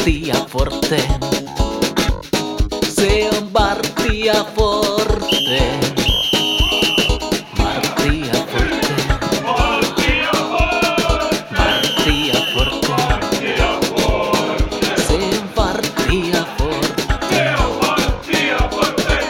Martti ja Forte. Se on Martti ja Forte. Martti ja Forte. Martti ja Forte. Se on Martti ja Forte.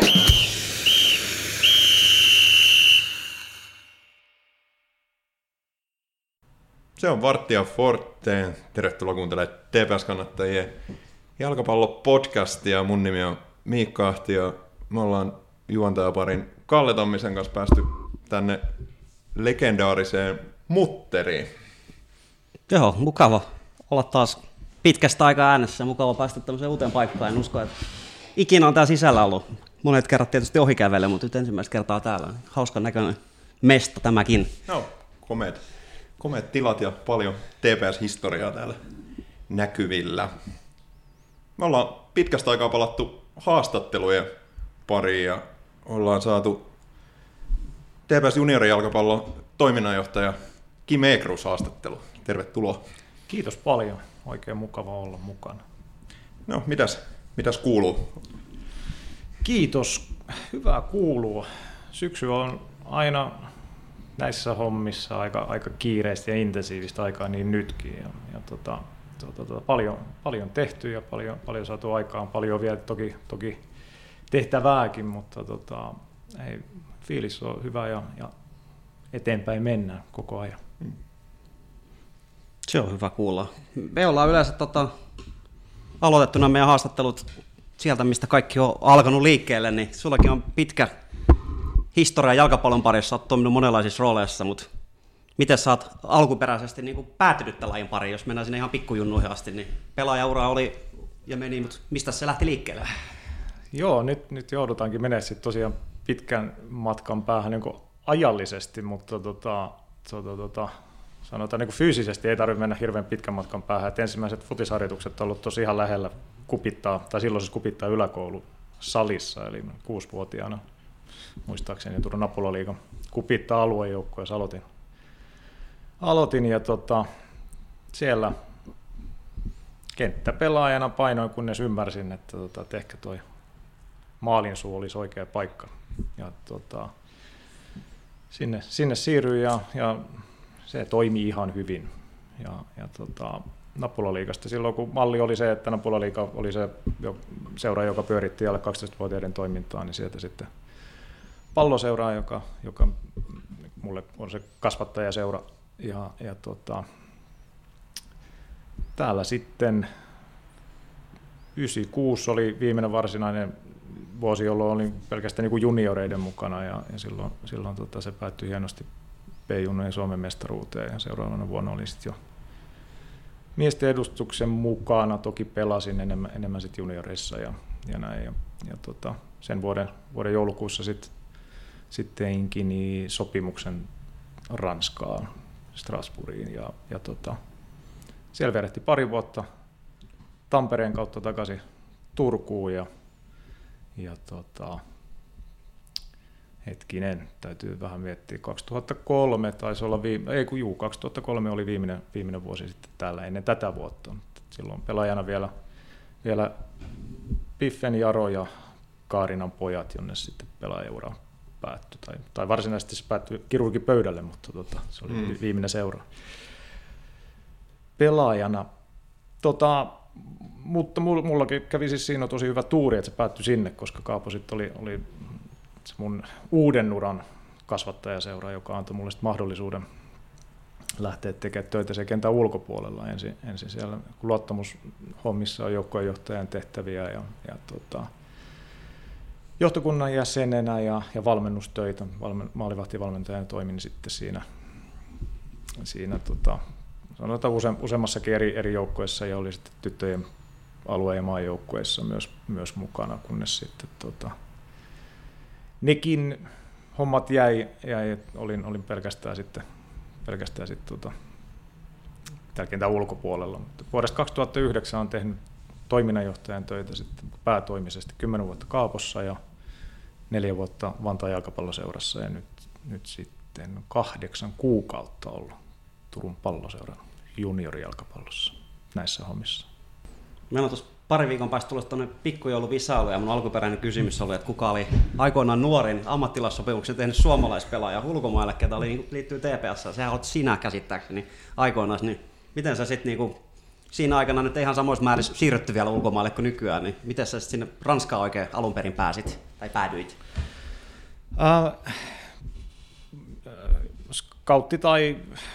Se on Martti ja Forte. Tervetuloa kuuntelemaan TPS-kannattajien jalkapallopodcastia. Mun nimi on Miikka Ahti ja me ollaan juontajaparin Kalle Tammisen kanssa päästy tänne legendaariseen Mutteriin. Joo, mukava olla taas pitkästä aikaa äänessä. Mukava päästä tämmöiseen uuteen paikkaan. En usko, että ikinä on täällä sisällä ollut. Monet kerrat tietysti ohikävelle, mutta nyt ensimmäistä kertaa täällä. Hauskan näköinen mesta tämäkin. No, komeat tilat ja paljon TPS-historiaa täällä näkyvillä. Me ollaan pitkästä aikaa palattu haastattelujen pariin ja ollaan saatu TPS juniorijalkapallon toiminnanjohtaja Kim Ekrus haastattelu. Tervetuloa. Kiitos paljon. Oikein mukava olla mukana. No, mitäs kuuluu? Kiitos. Hyvää kuuluu. Syksy on aina näissä hommissa aika kiireistä ja intensiivistä aikaa, niin nytkin. Paljon tehty ja paljon saatu aikaan. Paljon vielä toki tehtävääkin, mutta fiilis on hyvä ja eteenpäin mennään koko ajan. Se on hyvä kuulla. Me ollaan yleensä aloitettuna meidän haastattelut sieltä, mistä kaikki on alkanut liikkeelle, niin sullakin on pitkä historia jalkapallon parissa, olet toiminut monenlaisissa rooleissa, mutta miten sä oot alkuperäisesti niin päätynyt tämän lajin pariin, jos mennään sinne ihan pikkujunnuihin asti, niin pelaajaura oli ja meni, mutta mistä se lähti liikkeelle? Joo, nyt joudutaankin menemään sitten tosiaan pitkän matkan päähän niin ajallisesti, mutta sanotaan niin fyysisesti ei tarvitse mennä hirveän pitkän matkan päähän. Et ensimmäiset futisharjoitukset on ollut tosi ihan lähellä silloisessa Kupittaa yläkoulusalissa, eli 6-vuotiaana muistaakseni Turun Napulaliigan Kupittaa aluejoukkueessa aloitin ja siellä kenttäpelaajana painoin, kunnes ymmärsin, että ehkä toi maalinsuu olisi oikea paikka. Ja sinne siirryin ja se toimi ihan hyvin. Ja Napulaliigasta silloin, kun malli oli se, että Napulaliiga oli se seura, joka pyöritti alle 12-vuotiaiden toimintaa, niin sieltä sitten Palloseuraa, joka mulle on se kasvattajaseura. Ja täällä sitten 96 oli viimeinen varsinainen vuosi, jolloin olin pelkästään niin kuin junioreiden mukana ja silloin se päättyi hienosti P-junnojen Suomen mestaruuteen ja seuraavana vuonna oli sitten jo miesten edustuksen mukana. Toki pelasin enemmän sit junioreissa ja näin. Ja sen vuoden joulukuussa sitten teinkin sopimuksen Ranskaan, Strasbourgiin ja siellä vedettiin pari vuotta Tampereen kautta takaisin Turkuun ja hetkinen, täytyy vähän miettiä, 2003 taisi olla 2003 oli viimeinen vuosi sitten täällä ennen tätä vuotta. Silloin pelaajana vielä Piffen Jaro ja Kaarinan pojat, jonne sitten pelaajaura päättyi. Tai varsinaisesti se päättyi kirurgipöydälle, mutta se oli viimeinen seura pelaajana. Mutta mullakin kävi siis siinä tosi hyvä tuuri, että se päättyi sinne, koska Kaapo sitten oli se mun uuden uran kasvattajaseura, joka antoi mulle mahdollisuuden lähteä tekemään töitä sen kentän ulkopuolella. Ensin siellä, kun luottamushommissa on joukkueenjohtajan tehtäviä ja johtokunnan jäsenenä ja valmennustöitä, maalivahtivalmentajana toimin sitten siinä sanotaan useammassakin eri joukkueissa ja oli sitten tyttöjen alue- ja maajoukkueissa myös mukana, kunnes sitten nekin hommat jäi olin pelkästään sitten täällä kentän ulkopuolella. Mutta vuodesta 2009 olen tehnyt toiminnanjohtajan töitä sitten päätoimisesti 10 vuotta Kaapossa ja 4 vuotta Vantaan jalkapalloseurassa ja nyt sitten 8 kuukautta ollut Turun Palloseuran juniorijalkapallossa näissä hommissa. Meillä on tuossa pari viikon päästä tulossa tuonne pikkujouluvisailu, ja mun alkuperäinen kysymys oli, että kuka oli aikoinaan nuorin ammattilaissopimuksen tehnyt suomalaispelaaja ulkomaille, ketä liittyy TPS. Sehän olet sinä käsittääkseni aikoinaan, niin miten sä sitten niinku siinä aikana nyt ihan samoissa määrissä siirrytty vielä ulkomaille kuin nykyään, niin miten sä sitten sinne Ranskaan oikein alun perin pääsit tai päädyit? Scoutti tai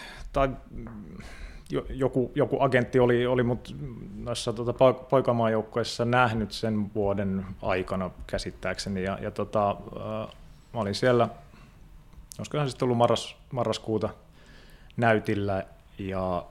joku agentti oli mut noissa poikamaajoukkoissa nähnyt sen vuoden aikana käsittääkseni, ja mä olin siellä, olisikohan sitten ollut marraskuuta näytillä, ja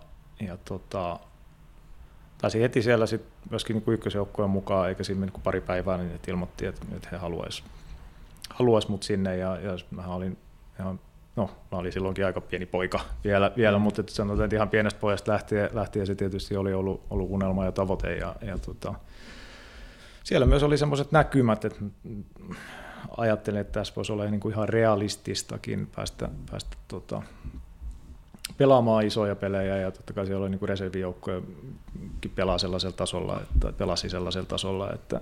taisin heti siellä sit myöskin niin ykkösjoukkojen mukaan, eikä siinä mennyt kuin pari päivää, niin ilmoitti, että he haluais mut sinne, ja mä olin ihan, mä olin silloinkin aika pieni poika vielä mutta sanotaan, että ihan pienestä pojasta lähtien se tietysti oli ollut unelma ja tavoite, ja siellä myös oli semmoiset näkymät, että ajattelin, että tässä voisi olla niin kuin ihan realististakin päästä pelaamaan isoja pelejä, ja totta kai siellä oli niin reservijoukkojakin pelasi sellaisella tasolla, että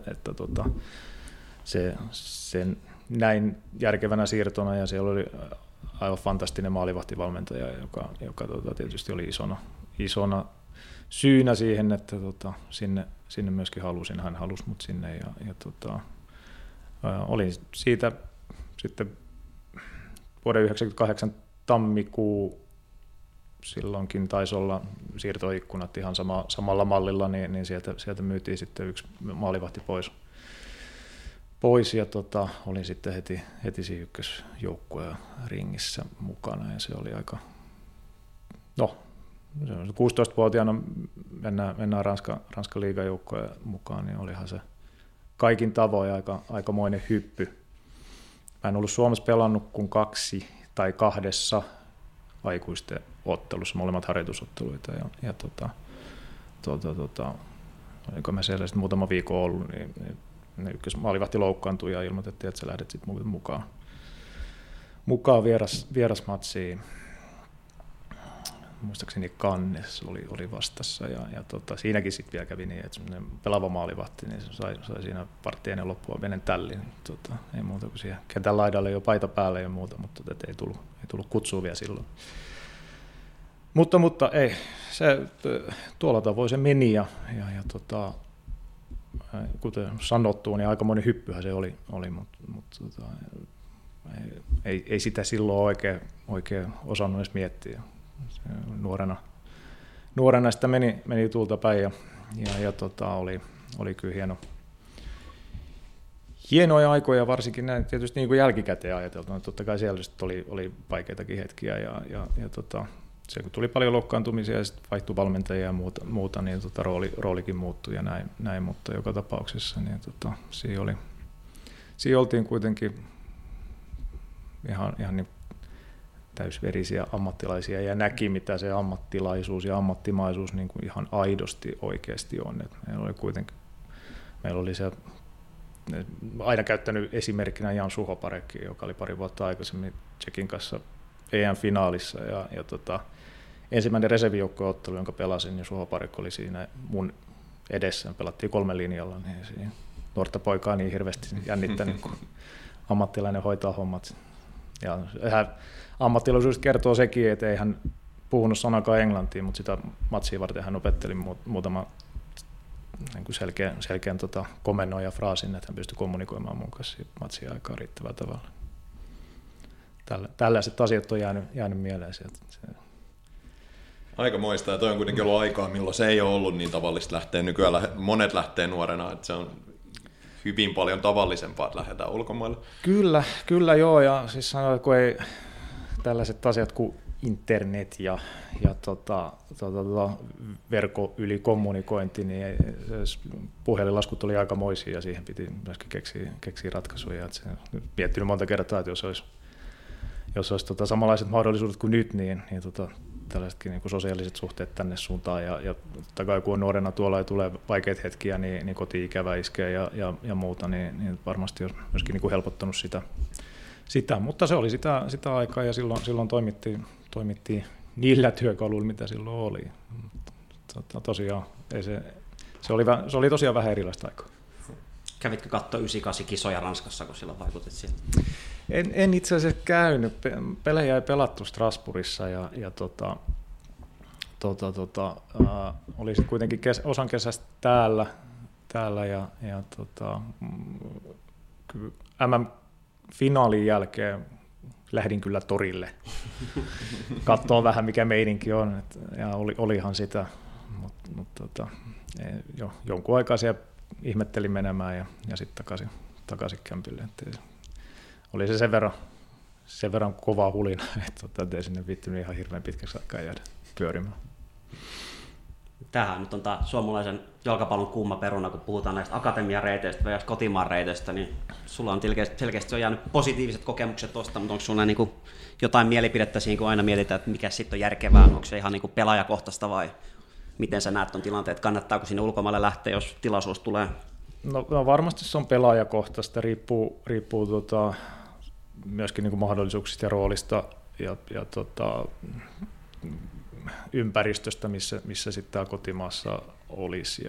se näin järkevänä siirtona, ja siellä oli aivan fantastinen maalivahtivalmentaja, joka tietysti oli isona syynä siihen, että sinne myöskin halusin, hän halusi mut sinne, ja olin siitä sitten vuoden 1998 tammikuu, silloinkin taisi olla siirtoikkunat ihan samalla mallilla, niin sieltä myytiin sitten yksi maalivahti pois, ja olin sitten heti siinä ykkösjoukkueen ringissä mukana, ja se oli aika, 16-vuotiaana mennään Ranskan liigajoukkojen mukaan, niin olihan se kaikin tavoin aikamoinen hyppy. Mä en ollut Suomessa pelannut kuin 2 tai 2 aikuisten ottelussa, molemmat harjoitusotteluita, ja oliko mä siellä sitten muutama viikon ollut, niin ykkösmaalivahti loukkaantui ja ilmoitettiin, että sä lähdet sitten mukaan vierasmatsiin. Muistaakseni Cannes oli vastassa, ja siinäkin sitten vielä kävi niin, että semmoinen pelaava maalivahti, niin se sai siinä vartti ennen loppua venen tälliin. Ei muuta kuin siihen kentän laidalle jo paita päälle ja muuta, mutta ei tullut kutsua vielä silloin. Mutta ei, se tuolla tavoin se meni, ja kuten sanottu, niin aikamoinen hyppyhän se oli, mutta ei sitä silloin oikein osannut edes miettiä. Nuorena sitä meni tuulta päin, ja oli kyllä hienoja aikoja, varsinkin näin tietysti niin kuin jälkikäteen ajateltuna. Totta kai siellä oli vaikeitakin hetkiä, ja se kun tuli paljon loukkaantumisia ja sitten vaihtui valmentajia ja muuta, niin roolikin muuttui ja näin, mutta joka tapauksessa niin siinä oltiin kuitenkin ihan niin täysverisiä ammattilaisia ja näki, mitä se ammattilaisuus ja ammattimaisuus niin kuin ihan aidosti oikeasti on. Meillä oli se aina käyttänyt esimerkkinä Jan Suhoparekki, joka oli pari vuotta aikaisemmin Tšekin kanssa EM-finaalissa, ja ensimmäinen reservijoukko-ottelu, jonka pelasin, niin Suhoparek oli siinä mun edessä. Pelattiin 3 linjalla, niin siinä nuorta poikaa niin hirveästi jännittänyt, kun ammattilainen hoitaa hommat. Ja ammattilaisuus kertoo sekin, että ei hän puhunut sanakaan englantia, mutta sitä matsia varten hän opetteli muutama niin selkeän komennon ja fraasin, että hän pystyi kommunikoimaan mun kanssa matsia aikaa riittävällä tavalla. Tällaiset asiat on jäänyt mieleen sieltä. Aika moista, ja toi on kuitenkin ollut aikaa, milloin se ei ole ollut niin tavallista lähteä. Nykyään monet lähtee nuorena, että se on hyvin paljon tavallisempaa, että lähdetään ulkomaille. Kyllä joo, ja siis sanotaan, kun ei tällaiset asiat kuin internet ja verkon yli kommunikointi, niin puhelinlaskut oli aikamoisia, ja siihen piti myöskin keksiä ratkaisuja. Et se, miettinyt monta kertaa, että jos olisi samanlaiset mahdollisuudet kuin nyt, niin tällaisetkin niin kuin sosiaaliset suhteet tänne suuntaan, ja totta kai kun on nuorena tuolla ja tulee vaikeita hetkiä, niin koti-ikävä iskee ja muuta, niin varmasti olisi myöskin niin kuin helpottanut sitä, mutta se oli sitä aikaa, ja silloin toimittiin niillä työkaluilla, mitä silloin oli. Tosiaan ei se se oli tosiaan vähän erilaista aikaa. Kävitkö katsoa 98 kisoja Ranskassa, kun silloin vaikutit siihen? En itse asiassa käynyt. Pelejä ei pelattu Strasbourgissa ja oli sitten kuitenkin osan kesästä täällä ja MM-finaalin jälkeen lähdin kyllä torille katsoa vähän mikä meininki on ja olihan sitä, mutta jonkun aikaa siellä ihmettelin menemään ja sitten takaisin kämpille. Oli se sen verran kovaa hulina, että ei sinne viittynyt ihan hirveän pitkäksi aikaa jäädä pyörimään. Tämähän nyt on tämä suomalaisen jalkapallon kuuma peruna, kun puhutaan näistä akatemiareiteistä vai kotimaan reiteistä, niin sulla on selkeästi on jäänyt positiiviset kokemukset tuosta, mutta onko sulla niin jotain mielipidettä siinä, kun aina mietitään, että mikä sitten on järkevää, onko se ihan niin pelaajakohtaista vai miten sä näet tuon tilanteen, että kannattaako sinne ulkomaille lähteä, jos tilaisuus tulee? No varmasti se on pelaajakohtaista, riippuu myöskin niin kuin mahdollisuuksista ja roolista ja ympäristöstä, missä sitten tämä kotimaassa olisi.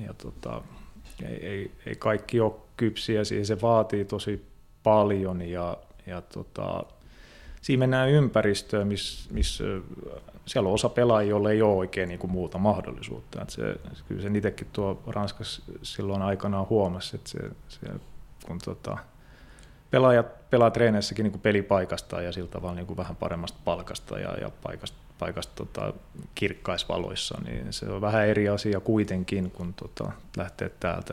Ei kaikki ole kypsiä, siihen se vaatii tosi paljon ja siinä mennään ympäristöön, missä siellä on osa pelaajia, joilla ei ole oikein niin kuin muuta mahdollisuutta. Kyllä sen itsekin tuo Ranskassa silloin aikanaan huomasi, että kun pelaajat pelaa treeneissäkin niin kuin pelipaikasta ja sillä tavalla niin kuin vähän paremmasta palkasta ja paikasta kirkkaisvaloissa, niin se on vähän eri asia kuitenkin, kun lähtee täältä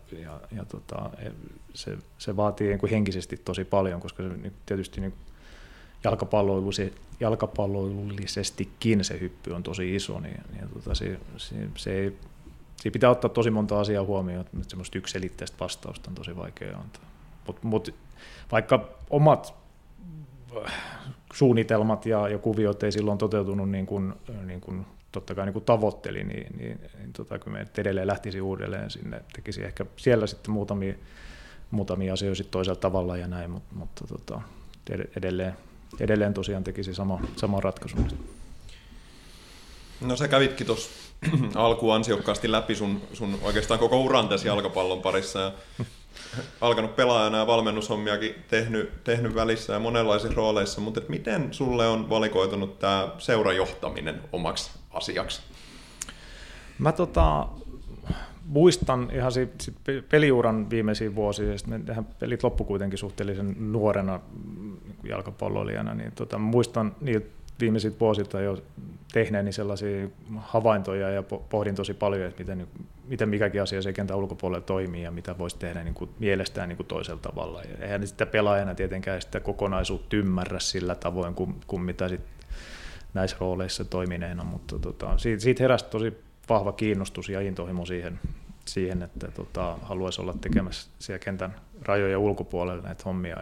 se vaatii niin kuin henkisesti tosi paljon, koska se tietysti niin jalkapallollisestikin se hyppy on tosi iso, niin siinä pitää ottaa tosi monta asiaa huomioon, että semmoista yksiselitteistä vastausta on tosi vaikea antaa. Mut vaikka omat suunnitelmat ja kuviot ei silloin toteutunut niin kuin totta kai niin kuin tavoittelin, niin kyllä me edelleen lähtisi uudelleen sinne, tekisi ehkä siellä sitten muutamia asioita sitten toisella tavalla ja näin, mutta edelleen tosiaan tekisi sama ratkaisu. No sä kävitkin tuossa alkuun ansiokkaasti läpi sun oikeastaan koko uran tässä jalkapallon parissa ja alkanut pelaajana ja valmennushommiakin tehnyt välissä ja monenlaisissa rooleissa, mutta miten sulle on valikoitunut tämä seurajohtaminen omaksi asiaksi? Mä muistan ihan peliuran viimeisiä vuosia, ja sitten pelit loppu kuitenkin suhteellisen nuorena jalkapalloilijana, niin muistan niiltä viimeisiltä vuosilta jo tehneeni sellaisia havaintoja ja pohdin tosi paljon, että miten mikäkin asia se kentän ulkopuolella toimii ja mitä voisi tehdä niin kuin mielestään niin kuin toisella tavalla. Ja eihän sitä pelaajana tietenkään sitä kokonaisuutta ymmärrä sillä tavoin kuin mitä sit näissä rooleissa toimineena, mutta siitä heräsi tosi vahva kiinnostus ja intohimo siihen että haluaisi olla tekemässä siellä kentän rajojen ulkopuolella näitä hommia.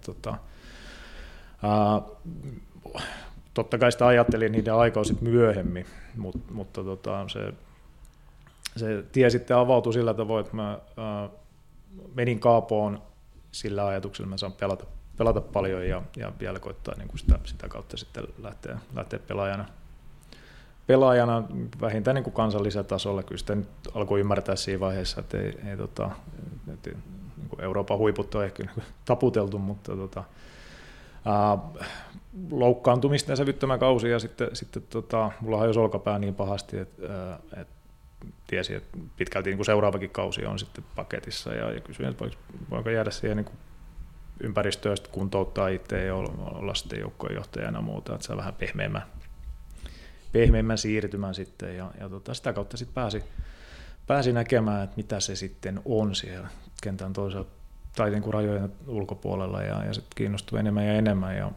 Totta kai sitä ajattelin niiden aikaa sitten myöhemmin, mutta se tie sitten avautui sillä tavoin, että mä menin Kaapoon sillä ajatuksella, että mä saan pelata paljon ja vielä koittaa niin kuin sitä kautta sitten lähteä pelaajana vähintään niin kuin kansallisella tasolla. Kyllä sitä nyt alkoi ymmärtää siinä vaiheessa, että ei niin kuin Euroopan huiput on ehkä taputeltu, mutta loukkaantumista ja sävyttömä kausi ja sitten mulla hajosi olkapää niin pahasti, että tiesi, että pitkälti niin kuin seuraavakin kausi on sitten paketissa ja kysyin, että voinko jäädä siihen niin kuin ympäristöön sitten kuntouttaa itse ja olla sitten joukkueenjohtajana ja muuta, että saa vähän pehmeämmän siirtymän sitten ja sitä kautta sitten pääsi näkemään, että mitä se sitten on siellä kentän toisella tai niin kuin rajojen ulkopuolella ja sitten kiinnostui enemmän ja enemmän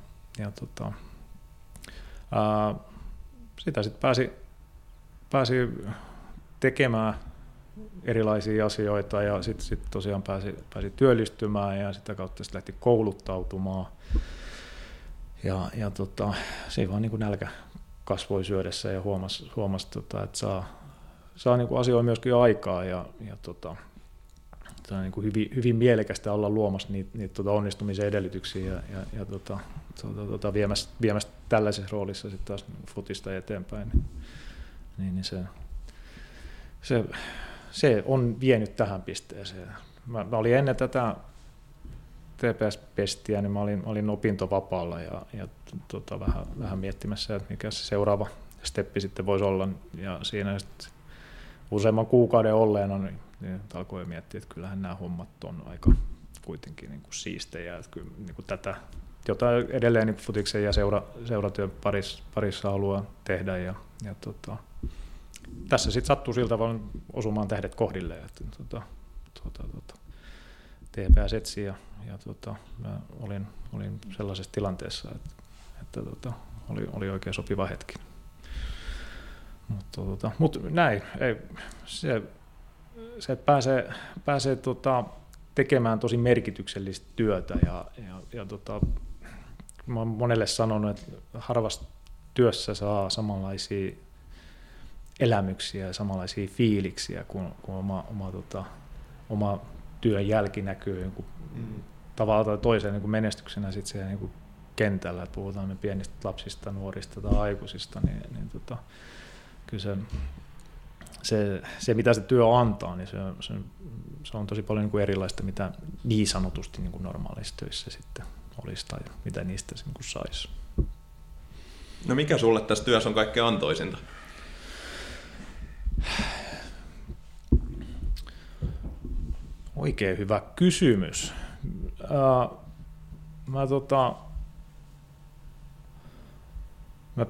sitä sitten pääsi tekemään erilaisia asioita ja sitten tosiaan pääsi työllistymään ja sitä kautta sitten lähti kouluttautumaan ja siinä vaan niin kuin nälkä kasvoi syödessä ja huomasi että saa niin kuin asioita myöskin aikaa ja se on niin kuin hyvin mielekästä olla luomassa niitä onnistumisen edellytyksiä ja viemässä tällaisessa roolissa sitten taas futista eteenpäin. Niin se on vienyt tähän pisteeseen. Mä olin ennen tätä TPS-pestiä, niin mä olin opintovapaalla ja vähän miettimässä, että mikä se seuraava steppi sitten voisi olla. Ja siinä sitten useamman kuukauden olleena niin alkoi miettiä, että kyllähän nämä hommat on aika kuitenkin niin kuin siistejä. Että kyllä, niin kuin tätä, jota edelleen niin futiksen ja seuratyön parissa haluaa tehdä. Ja tässä sitten sattuu siltä tavalla osumaan tähdet kohdilleen. Että, TPS etsi ja mä olin sellaisessa tilanteessa, että oli oikein sopiva hetki. Mutta näin, se että pääsee tekemään tosi merkityksellistä työtä ja mä oon monelle sanonut, että harvassa työssä saa samanlaisia elämyksiä ja samanlaisia fiiliksiä kuin oma työn jälki näkyy tavalla tai toiseen niin menestyksenä sit siellä niin kentällä, että puhutaan me pienistä lapsista, nuorista tai aikuisista, niin kyllä se mitä se työ antaa, niin se on tosi paljon niin kuin erilaista, mitä niin sanotusti niin kuin normaalissa töissä sitten olisi tai mitä niistä niin kuin saisi. No mikä sulle tässä työssä on kaikkein antoisinta? Oikein hyvä kysymys. Mä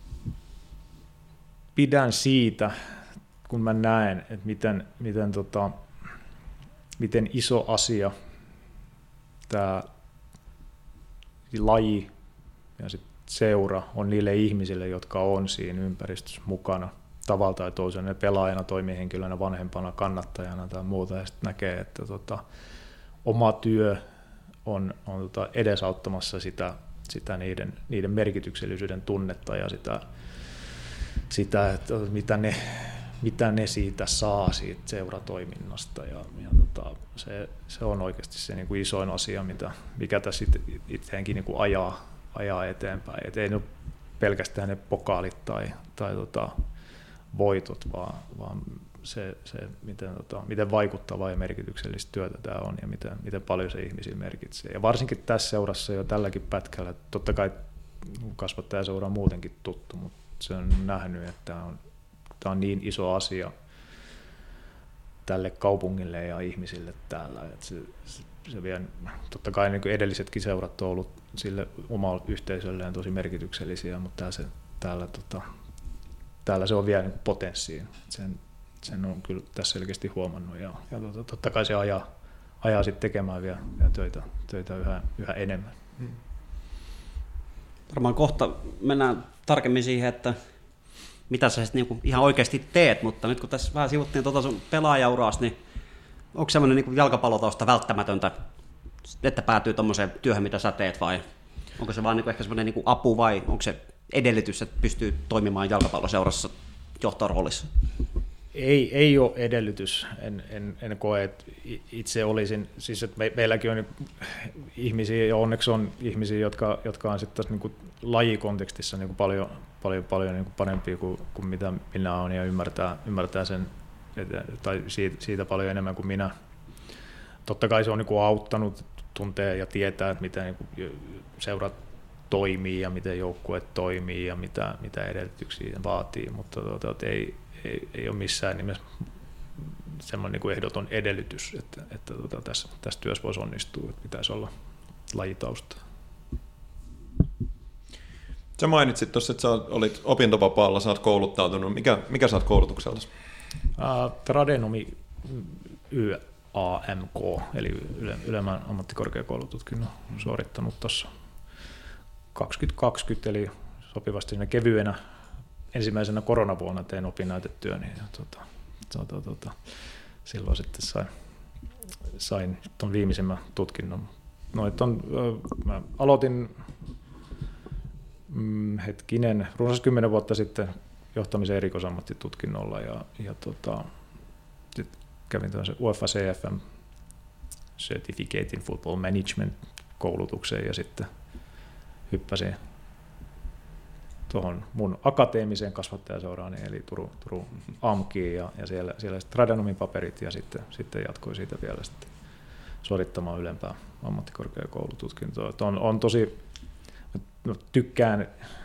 pidän siitä, kun mä näen, että miten iso asia tämä laji ja sit seura on niille ihmisille, jotka on siinä ympäristössä mukana tavalla tai toisella, pelaajana, toimihenkilönä, vanhempana, kannattajana tai muuta, ja sitten näkee, että oma työ on edesauttamassa sitä niiden merkityksellisyyden tunnetta ja sitä että mitä ne siitä saa siitä seuratoiminnasta. Ja se on oikeasti se niin kuin isoin asia, mikä tässä itseäänkin niin kuin ajaa eteenpäin. Et ei nyt pelkästään ne pokaalit tai voitot, vaan se miten vaikuttavaa ja merkityksellistä työtä tämä on ja miten paljon se ihmisiä merkitsee. Ja varsinkin tässä seurassa jo tälläkin pätkällä, totta kai kasvattajaseura on muutenkin tuttu, mutta se on nähnyt, että tämä on niin iso asia tälle kaupungille ja ihmisille täällä. Että se vie, totta kai niin kuin edellisetkin seurat on ollut sille omalle yhteisölleen tosi merkityksellisiä, mutta täällä se on vielä niin potenssiin. Sen on kyllä tässä selkeästi huomannut ja totta kai se ajaa sitten tekemään vielä töitä yhä enemmän. Varmaan kohta mennään tarkemmin siihen, että mitä sä niinku ihan oikeasti teet, mutta nyt kun tässä vähän sivuttiin sun pelaajauraas, niin onko semmoinen niinku jalkapallotausta välttämätöntä, että päätyy tuommoiseen työhön, mitä sä teet, vai onko se vaan niinku ehkä semmoinen niinku apu, vai onko se edellytys, että pystyy toimimaan jalkapalloseurassa johtoroolissa? Ei ole edellytys. En koe, että itse olisin, siis että meilläkin on ihmisiä, ja onneksi on ihmisiä, jotka on sitten tässä niin kuin lajikontekstissa niin kuin paljon niin kuin parempia kuin mitä minä olen, ja ymmärtää sen, tai siitä paljon enemmän kuin minä. Totta kai se on niin kuin auttanut, tuntee ja tietää, että miten niin kuin seurat toimii ja miten joukkue toimii ja mitä edellytyksiä vaatii, mutta ei ole missään nimessä semmoinen niin kuin ehdoton edellytys, että tässä työssä voisi onnistua, että pitäisi olla lajitausta. Sä mainitsit tuossa, että sä olit opintovapaalla, sä oot kouluttautunut. Mikä sä oot koulutukselta? Tradenomi YAMK, eli ylemmän ammattikorkeakoulututkinnon suorittanut tuossa 2020, eli sopivasti siinä kevyenä ensimmäisenä koronavuonna tein opinnäytetyöni ja silloin sitten sain tuon viimeisimmän tutkinnon. Mä aloitin runsas 10 vuotta sitten johtamisen erikoisammattitutkinnolla ja kävin tämmöisen UEFA CFM Certificate in Football Management -koulutukseen ja sitten hyppäsin tuohon mun akateemiseen kasvattajaseuraan, eli Turun AMKiin, ja siellä sitten tradenomin paperit, ja sitten jatkoin siitä vielä sitten suorittamaan ylempää ammattikorkeakoulututkintoa. On tosi, tykkään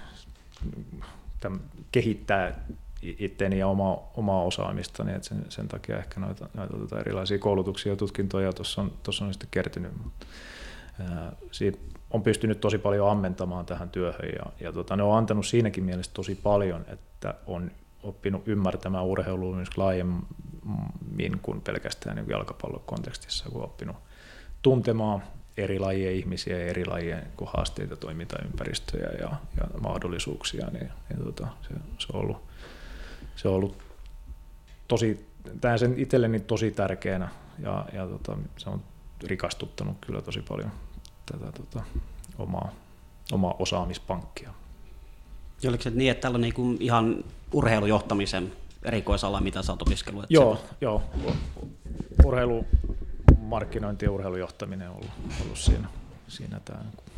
kehittää itteeni ja omaa osaamistani, että sen takia ehkä noita erilaisia koulutuksia ja tutkintoja tuossa on sitten kertynyt. Siitä on pystynyt tosi paljon ammentamaan tähän työhön, ja ne on antanut siinäkin mielessä tosi paljon, että on oppinut ymmärtämään urheilua myös laajemmin kuin pelkästään niin jalkapallon kontekstissa, kun on oppinut tuntemaan eri lajien ihmisiä ja eri lajien haasteita, toimintaympäristöjä ja mahdollisuuksia, niin se on ollut tosi, sen itselleni tosi tärkeänä, ja se on rikastuttanut kyllä tosi paljon tätä omaa osaamispankkia. Oliko se niin, että tällä on niin ihan urheilujohtamisen erikoisala, mitä sä oot opiskellut? Joo. Urheilumarkkinointi ja urheilujohtaminen on ollut siinä tämä.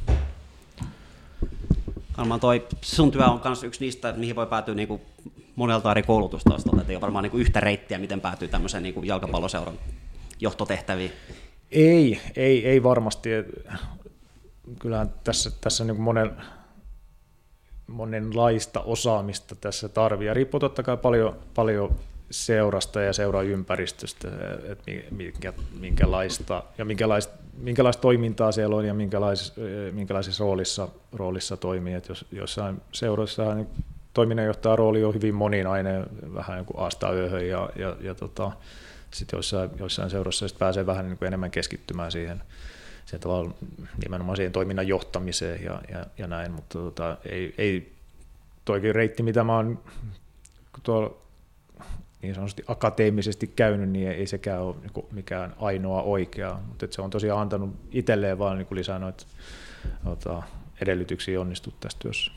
Varmaan toi sun työ on myös yksi niistä, että mihin voi päätyä niin monelta eri koulutustaustolta, että ei ole varmaan niin yhtä reittiä, miten päätyy tämmöiseen niin jalkapalloseuran johtotehtäviin. Ei varmasti. Kyllähän tässä niin monenlaista osaamista tässä tarvii. Ja riippuu totta kai paljon seurasta ja seuraympäristöstä, että minkälaista toimintaa siellä on ja minkälaisessa roolissa toimii. Että jos jossain seuroissa niin toiminnanjohtajan rooli on hyvin moninainen, vähän kuin aasta yöhön, ja sitten joissain seuroissa pääsee vähän niin kuin enemmän keskittymään siihen nimenomaan siihen toiminnan johtamiseen ja näin, mutta ei toikin reitti, mitä mä oon tuolla niin sanotusti akateemisesti käynyt, niin ei sekään ole mikään ainoa oikea, mutta se on tosiaan antanut itselleen vaan niin lisää noita edellytyksiä onnistua tässä työssä.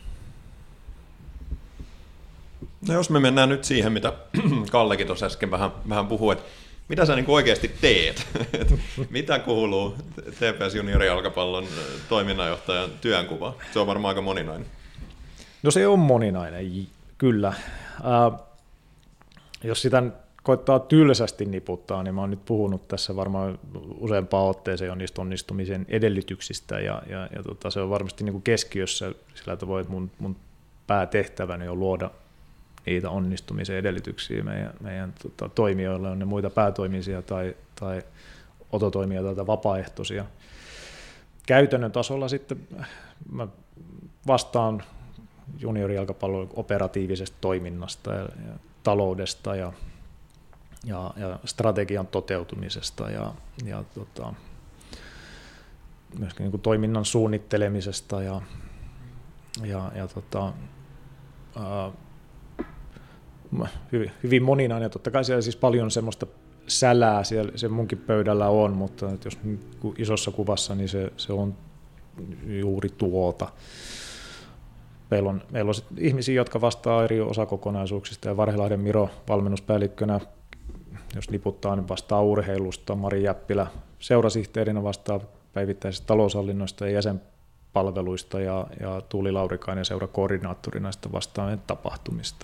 No jos me mennään nyt siihen, mitä Kallekin tuossa äsken vähän puhui, että mitä sä niin oikeasti teet? Mitä kuuluu TPS juniorijalkapallon toiminnanjohtajan työnkuva? Se on varmaan aika moninainen. No se on moninainen, kyllä. Jos sitä koittaa tylsästi niputtaa, niin mä oon nyt puhunut tässä varmaan useampaan otteeseen jo niistä onnistumisen edellytyksistä, ja se on varmasti niin kuin keskiössä sillä tavoin, että mun päätehtäväni on luoda niitä onnistumisen edellytyksiä meidän toimijoille, on ne muita päätoimisia tai ototoimijoita tai vapaaehtoisia. Käytännön tasolla sitten mä vastaan juniorijalkapallon operatiivisesta toiminnasta ja taloudesta ja strategian toteutumisesta ja myöskin niin kuin toiminnan suunnittelemisesta hyvin moninainen. Totta kai siellä siis paljon semmoista sälää siellä se munkin pöydällä on, mutta jos isossa kuvassa, niin se on juuri tuota. Meillä on ihmisiä, jotka vastaa eri osakokonaisuuksista, ja Varhilahden Miro valmennuspäällikkönä, jos niputtaa, niin vastaa urheilusta, Mari Jäppilä seurasihteerinä vastaa päivittäisistä taloushallinnoista ja jäsenpalveluista, ja Tuuli Laurikainen seurakoordinaattorina vastaa tapahtumista.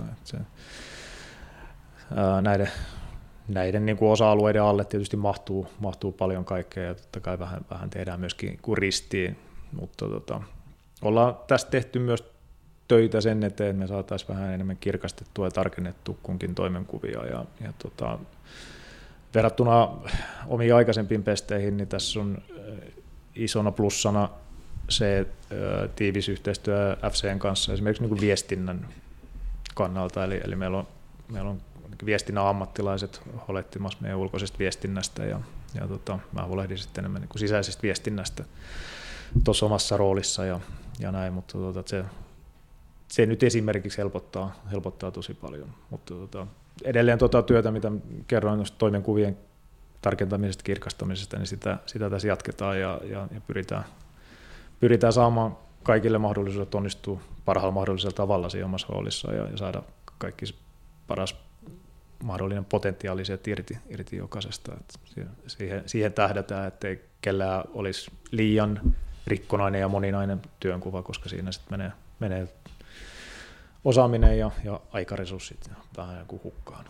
Näiden niin kuin osa-alueiden alle tietysti mahtuu paljon kaikkea, ja totta kai vähän tehdään myöskin kuin ristiin, mutta ollaan tässä tehty myös töitä sen eteen, että me saataisiin vähän enemmän kirkastettua ja tarkennettua kunkin toimenkuvia, ja verrattuna omiin aikaisempiin pesteihin, niin tässä on isona plussana se tiivis yhteistyö FC:n kanssa esimerkiksi niin kuin viestinnän kannalta, eli meillä on viestinnän ammattilaiset huolehtimassa meidän ulkoisesta viestinnästä, ja mä huolehdin sitten enemmän niin kuin sisäisestä viestinnästä tuossa omassa roolissa ja näin, mutta se nyt esimerkiksi helpottaa tosi paljon, mutta edelleen työtä, mitä kerroin noista toimenkuvien tarkentamisesta, kirkastamisesta, niin sitä tässä jatketaan ja pyritään saamaan kaikille mahdollisuudet onnistua parhaalla mahdollisella tavalla siinä omassa roolissa ja saada kaikki paras mahdollinen potentiaali irti jokaisesta. Siihen tähdätään, ettei kellään olisi liian rikkonainen ja moninainen työnkuva, koska siinä sitten menee osaaminen ja aikaresurssit vähän joku hukkaan.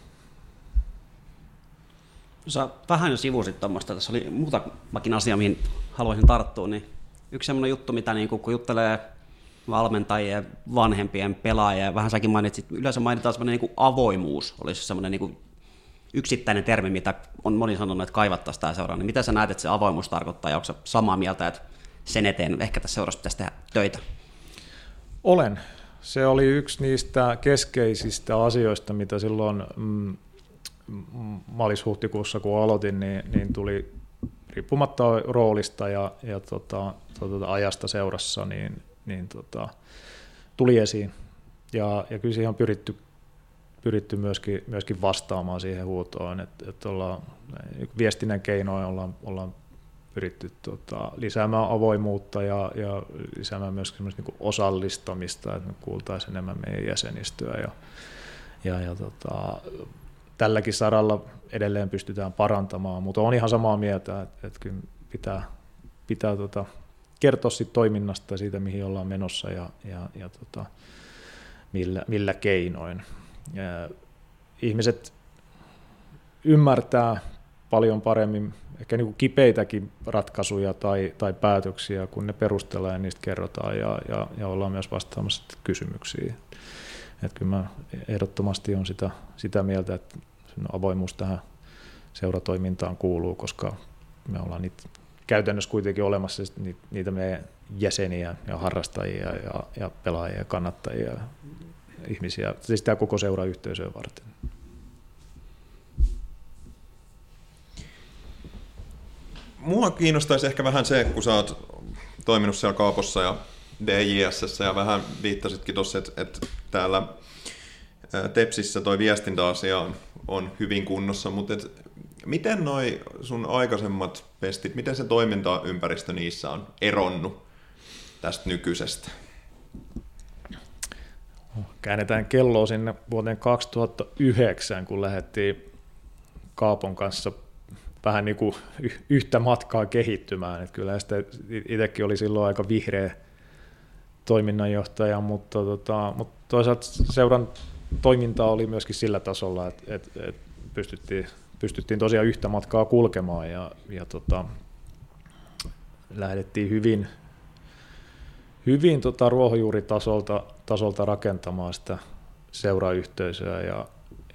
Sä vähän jo sivusit tuommoista, tässä oli muutamakin asia, mihin haluaisin tarttua, niin yksi semmoinen juttu, mitä niin kun juttelee valmentajien, vanhempien, pelaajien, vähän säkin mainitsit, yleensä mainitaan semmoinen niin kuin avoimuus, olisi semmoinen niin kuin yksittäinen termi, mitä on moni sanonut, että kaivattaisiin tämä seuraa, niin mitä sä näet, että se avoimuus tarkoittaa, ja onko sä samaa mieltä, että sen eteen ehkä tässä seurassa pitäisi tehdä töitä? Olen. Se oli yksi niistä keskeisistä asioista, mitä silloin maalis-huhtikuussa, kun aloitin, niin tuli riippumatta roolista ja ajasta seurassa, niin tuli esiin. Ja kyllä siihen on pyritty myöskin vastaamaan siihen huutoon, että viestinnän keinoin ollaan pyritty lisäämään avoimuutta ja lisäämään myöskin niin kuin osallistamista, että me kuultaisiin enemmän meidän jäsenistöä. Ja tälläkin saralla edelleen pystytään parantamaan, mutta on ihan samaa mieltä, että kyllä pitää kertoa siitä toiminnasta ja siitä, mihin ollaan menossa ja millä keinoin. Ja ihmiset ymmärtää paljon paremmin ehkä niin kuin kipeitäkin ratkaisuja tai päätöksiä, kun ne perustellaan ja niistä kerrotaan ja ollaan myös vastaamassa kysymyksiin. Että kyllä mä ehdottomasti on sitä mieltä, että avoimuus tähän seuratoimintaan kuuluu, koska me ollaan niitä käytännössä kuitenkin olemassa niitä meidän jäseniä ja harrastajia ja pelaajia ja kannattajia ja ihmisiä, siis tämä koko seurayhteisöä varten. Mua kiinnostaisi ehkä vähän se, kun sä oot toiminut siellä Kaapossa ja DJS:ssä ja vähän viittasitkin tuossa, että täällä Tepsissä toi viestintäasia on hyvin kunnossa, mutta miten noi sun aikaisemmat pestit, miten se toimintaympäristö niissä on eronnut tästä nykyisestä? Käännetään kelloa sinne vuoteen 2009, kun lähdettiin Kaapon kanssa vähän niin kuin yhtä matkaa kehittymään. Että kyllä sitä itsekin oli silloin aika vihreä toiminnanjohtaja, mutta toisaalta seuran toiminta oli myöskin sillä tasolla, että pystyttiin tosiaan yhtä matkaa kulkemaan ja lähdettiin hyvin ruohonjuuritasolta rakentamaan sitä seurayhteisöä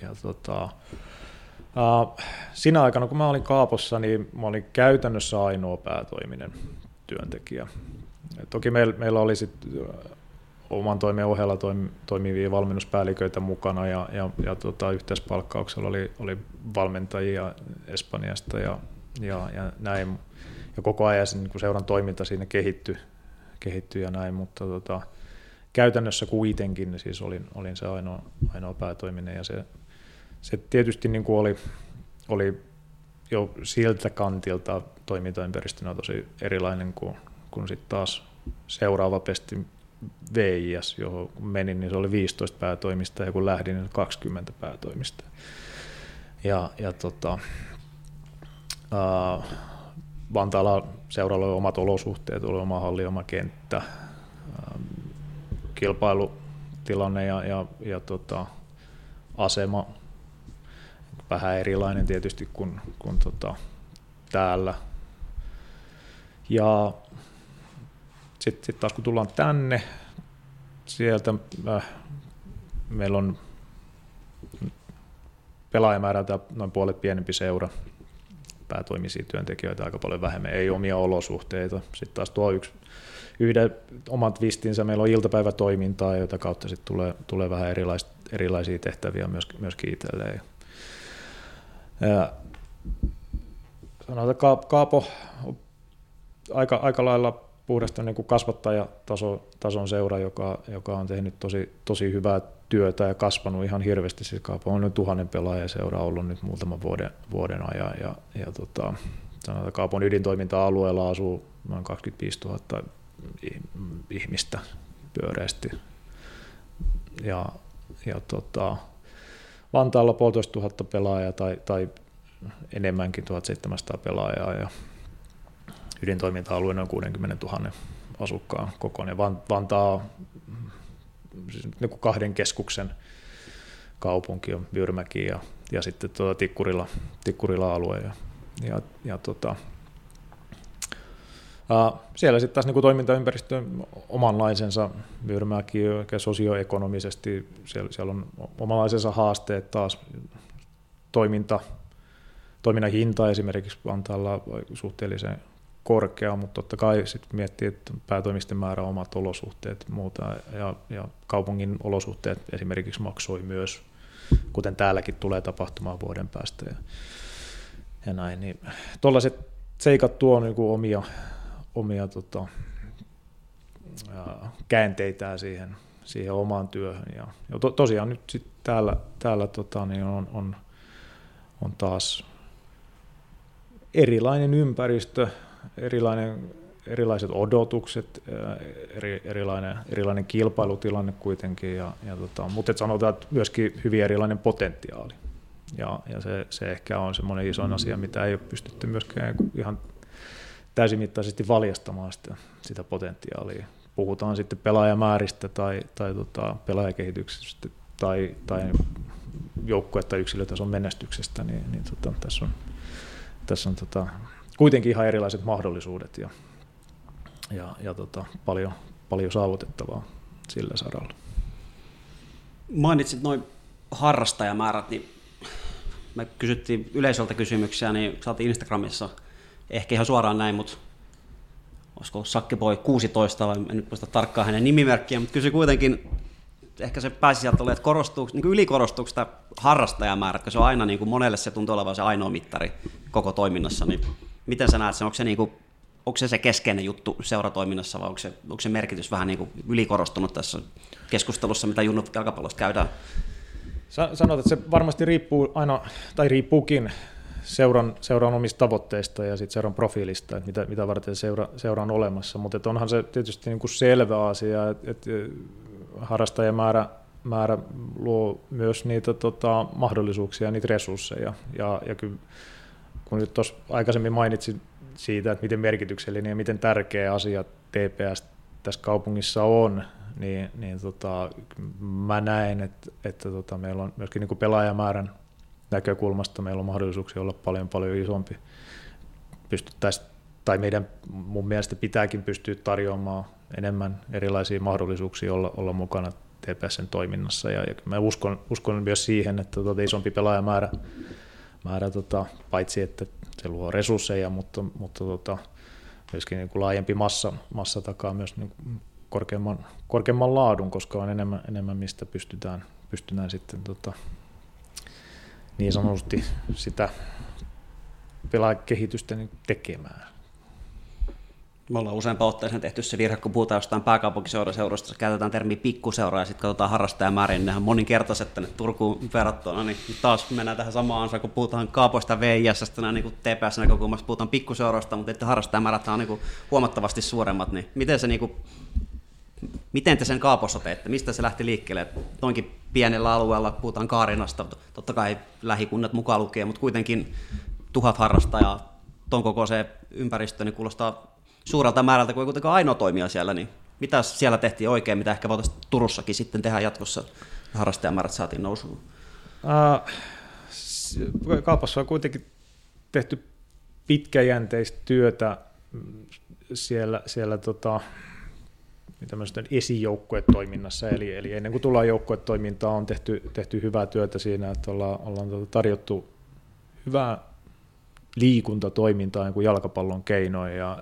siinä aikana, kun mä olin Kaapossa, niin mä olin käytännössä ainoa päätoiminen työntekijä. Toki meillä oli sitten oman toimen ohella toimivia valmennuspäälliköitä mukana ja yhteispalkkauksella oli valmentajia Espanjasta ja näin. Ja koko ajan niin seuran toiminta siinä kehittyi ja näin, mutta käytännössä kuitenkin siis olin se ainoa päätoiminen ja se tietysti niin kuin oli jo siltä kantilta toimintaympäristönä tosi erilainen kuin sitten taas seuraava pesti VIS, johon kun menin, niin se oli 15 päätoimista ja kun lähdin, niin 20 päätoimista. Vantaalla seuralla oli omat olosuhteet, oli oma halli, oma kenttä, kilpailutilanne ja asema vähän erilainen tietysti kuin täällä. Ja sitten taas kun tullaan tänne, sieltä meillä on pelaajamäärältä noin puolet pienempi seura, päätoimisia työntekijöitä aika paljon vähemmän, ei omia olosuhteita. Sitten taas tuo yhden omat vistinsä, meillä on iltapäivätoimintaa, jota kautta sitten tulee vähän erilaisia tehtäviä myöskin itselleen. Sanotaan, että Kaapo on aika lailla puhdasta niin kuin kasvattajatason seura, joka on tehnyt tosi hyvää työtä ja kasvanut ihan hirveästi. Siis Kaapo on nyt 1000 pelaajan seura ollut nyt muutaman vuoden ajan. Sanotaan, että Kaapon ydintoiminta-alueella asuu noin 25 000 ihmistä pyöreästi. Vantaalla 1500 pelaajaa tai enemmänkin 1700 pelaajaa ja ydintoiminta-alue noin 60 000 asukkaan kokoinen. Vantaa niin kuin kahden keskuksen kaupunki on Myyrmäki ja sitten Tikkurila alue. Siellä sitten taas niin kuin toimintaympäristö on omanlaisensa. Myyrmäki sosioekonomisesti, siellä on omanlaisensa haasteet taas. Toiminnan hinta esimerkiksi Vantaalla suhteellisen korkea, mutta totta kai sitten miettii, että päätoimisten määrä omat olosuhteet muuta, ja kaupungin olosuhteet esimerkiksi maksoi myös, kuten täälläkin tulee tapahtumaan vuoden päästä ja näin. Niin, tuollaiset seikat tuo niin kuin omia käänteitään siihen omaan työhön. Ja tosiaan nyt sitten täällä niin on taas erilainen ympäristö, erilaiset odotukset, erilainen kilpailutilanne kuitenkin, mutta sanotaan, että myöskin hyvin erilainen potentiaali. Ja se ehkä on semmoinen isoin asia, mitä ei ole pystytty myöskään ihan täysimittaisesti valjastamaan sitä potentiaalia. Puhutaan sitten pelaajamääristä tai pelaajakehityksestä tai joukkue- tai yksilötason menestyksestä, niin tässä on kuitenkin ihan erilaiset mahdollisuudet ja paljon saavutettavaa sillä saralla. Mainitsit noin harrastajamäärät, niin me kysyttiin yleisöltä kysymyksiä, niin saatiin Instagramissa, ehkä ihan suoraan näin, mutta olisiko Sakkeboy 16, vai en nyt muista tarkkaan hänen nimimerkkiä, mutta kysyi kuitenkin, ehkä se pääsisältö oli, että niin ylikorostuuko sitä harrastajamäärät, koska se on aina niin kuin monelle se tuntuu olevan se ainoa mittari koko toiminnassa, niin miten sä näet sen, onko se keskeinen juttu seuratoiminnassa vai onko se merkitys vähän niin kuin ylikorostunut tässä keskustelussa, mitä junnut jalkapallosta käydään? Sanotaan, että se varmasti riippuu aina, tai riippuukin seuran omista tavoitteista ja sitten seuran profiilista, että mitä varten seura on olemassa, mutta onhan se tietysti niin kuin selvä asia, että harrastajamäärä luo myös niitä mahdollisuuksia ja niitä resursseja. Ja kyllä, kun nyt tuossa aikaisemmin mainitsin siitä, että miten merkityksellinen ja miten tärkeä asia TPS tässä kaupungissa on, niin mä näen, että meillä on myöskin niin kuin pelaajamäärän näkökulmasta meillä on mahdollisuuksia olla paljon isompi. Tai meidän mun mielestä pitääkin pystyä tarjoamaan enemmän erilaisia mahdollisuuksia olla mukana TPS:n toiminnassa. Ja mä uskon myös siihen, että isompi pelaajamäärä paitsi että se luo resursseja, mutta myöskin niin kuin laajempi massa takaa myös niin kuin korkeamman laadun, koska on enemmän mistä pystytään sitten niin sanotusti sitä pelaajakehitystä niin tekemään. Me ollaan useampaan otteeseen tehty se virhe, kun puhutaan jostain pääkaupunkiseurasta, käytetään termiä pikkuseura ja sitten katsotaan harrastajamääriä, niin nehän moninkertaiset tänne Turkuun verrattuna, niin taas mennään tähän samaan ansaan, kun puhutaan Kaapoista VIS:stä, niin kuin TPS-näkökulmasta puhutaan pikkuseuroista, mutta että harrastajamäärät on niin kuin huomattavasti suuremmat, niin miten te sen Kaapossa teette? Mistä se lähti liikkeelle? Toinkin pienellä alueella puhutaan Kaarinasta, totta kai lähikunnat mukaan lukee, mutta kuitenkin 1000 harrastajaa, ton koko se ympäristö niin kuulostaa suurelta määrältä, kun ei kuitenkaan ainoa toimija siellä, niin mitä siellä tehtiin oikein, mitä ehkä voitaisiin Turussakin sitten tehdä jatkossa, harrastajamäärät saatiin nousuun? Kaupassa on kuitenkin tehty pitkäjänteistä työtä siellä tämmöisten esijoukkuetoiminnassa, eli ennen kuin tullaan joukkuetoimintaan, on tehty hyvää työtä siinä, että ollaan tarjottu hyvää liikuntatoimintaa niin kuin jalkapallon keinoin ja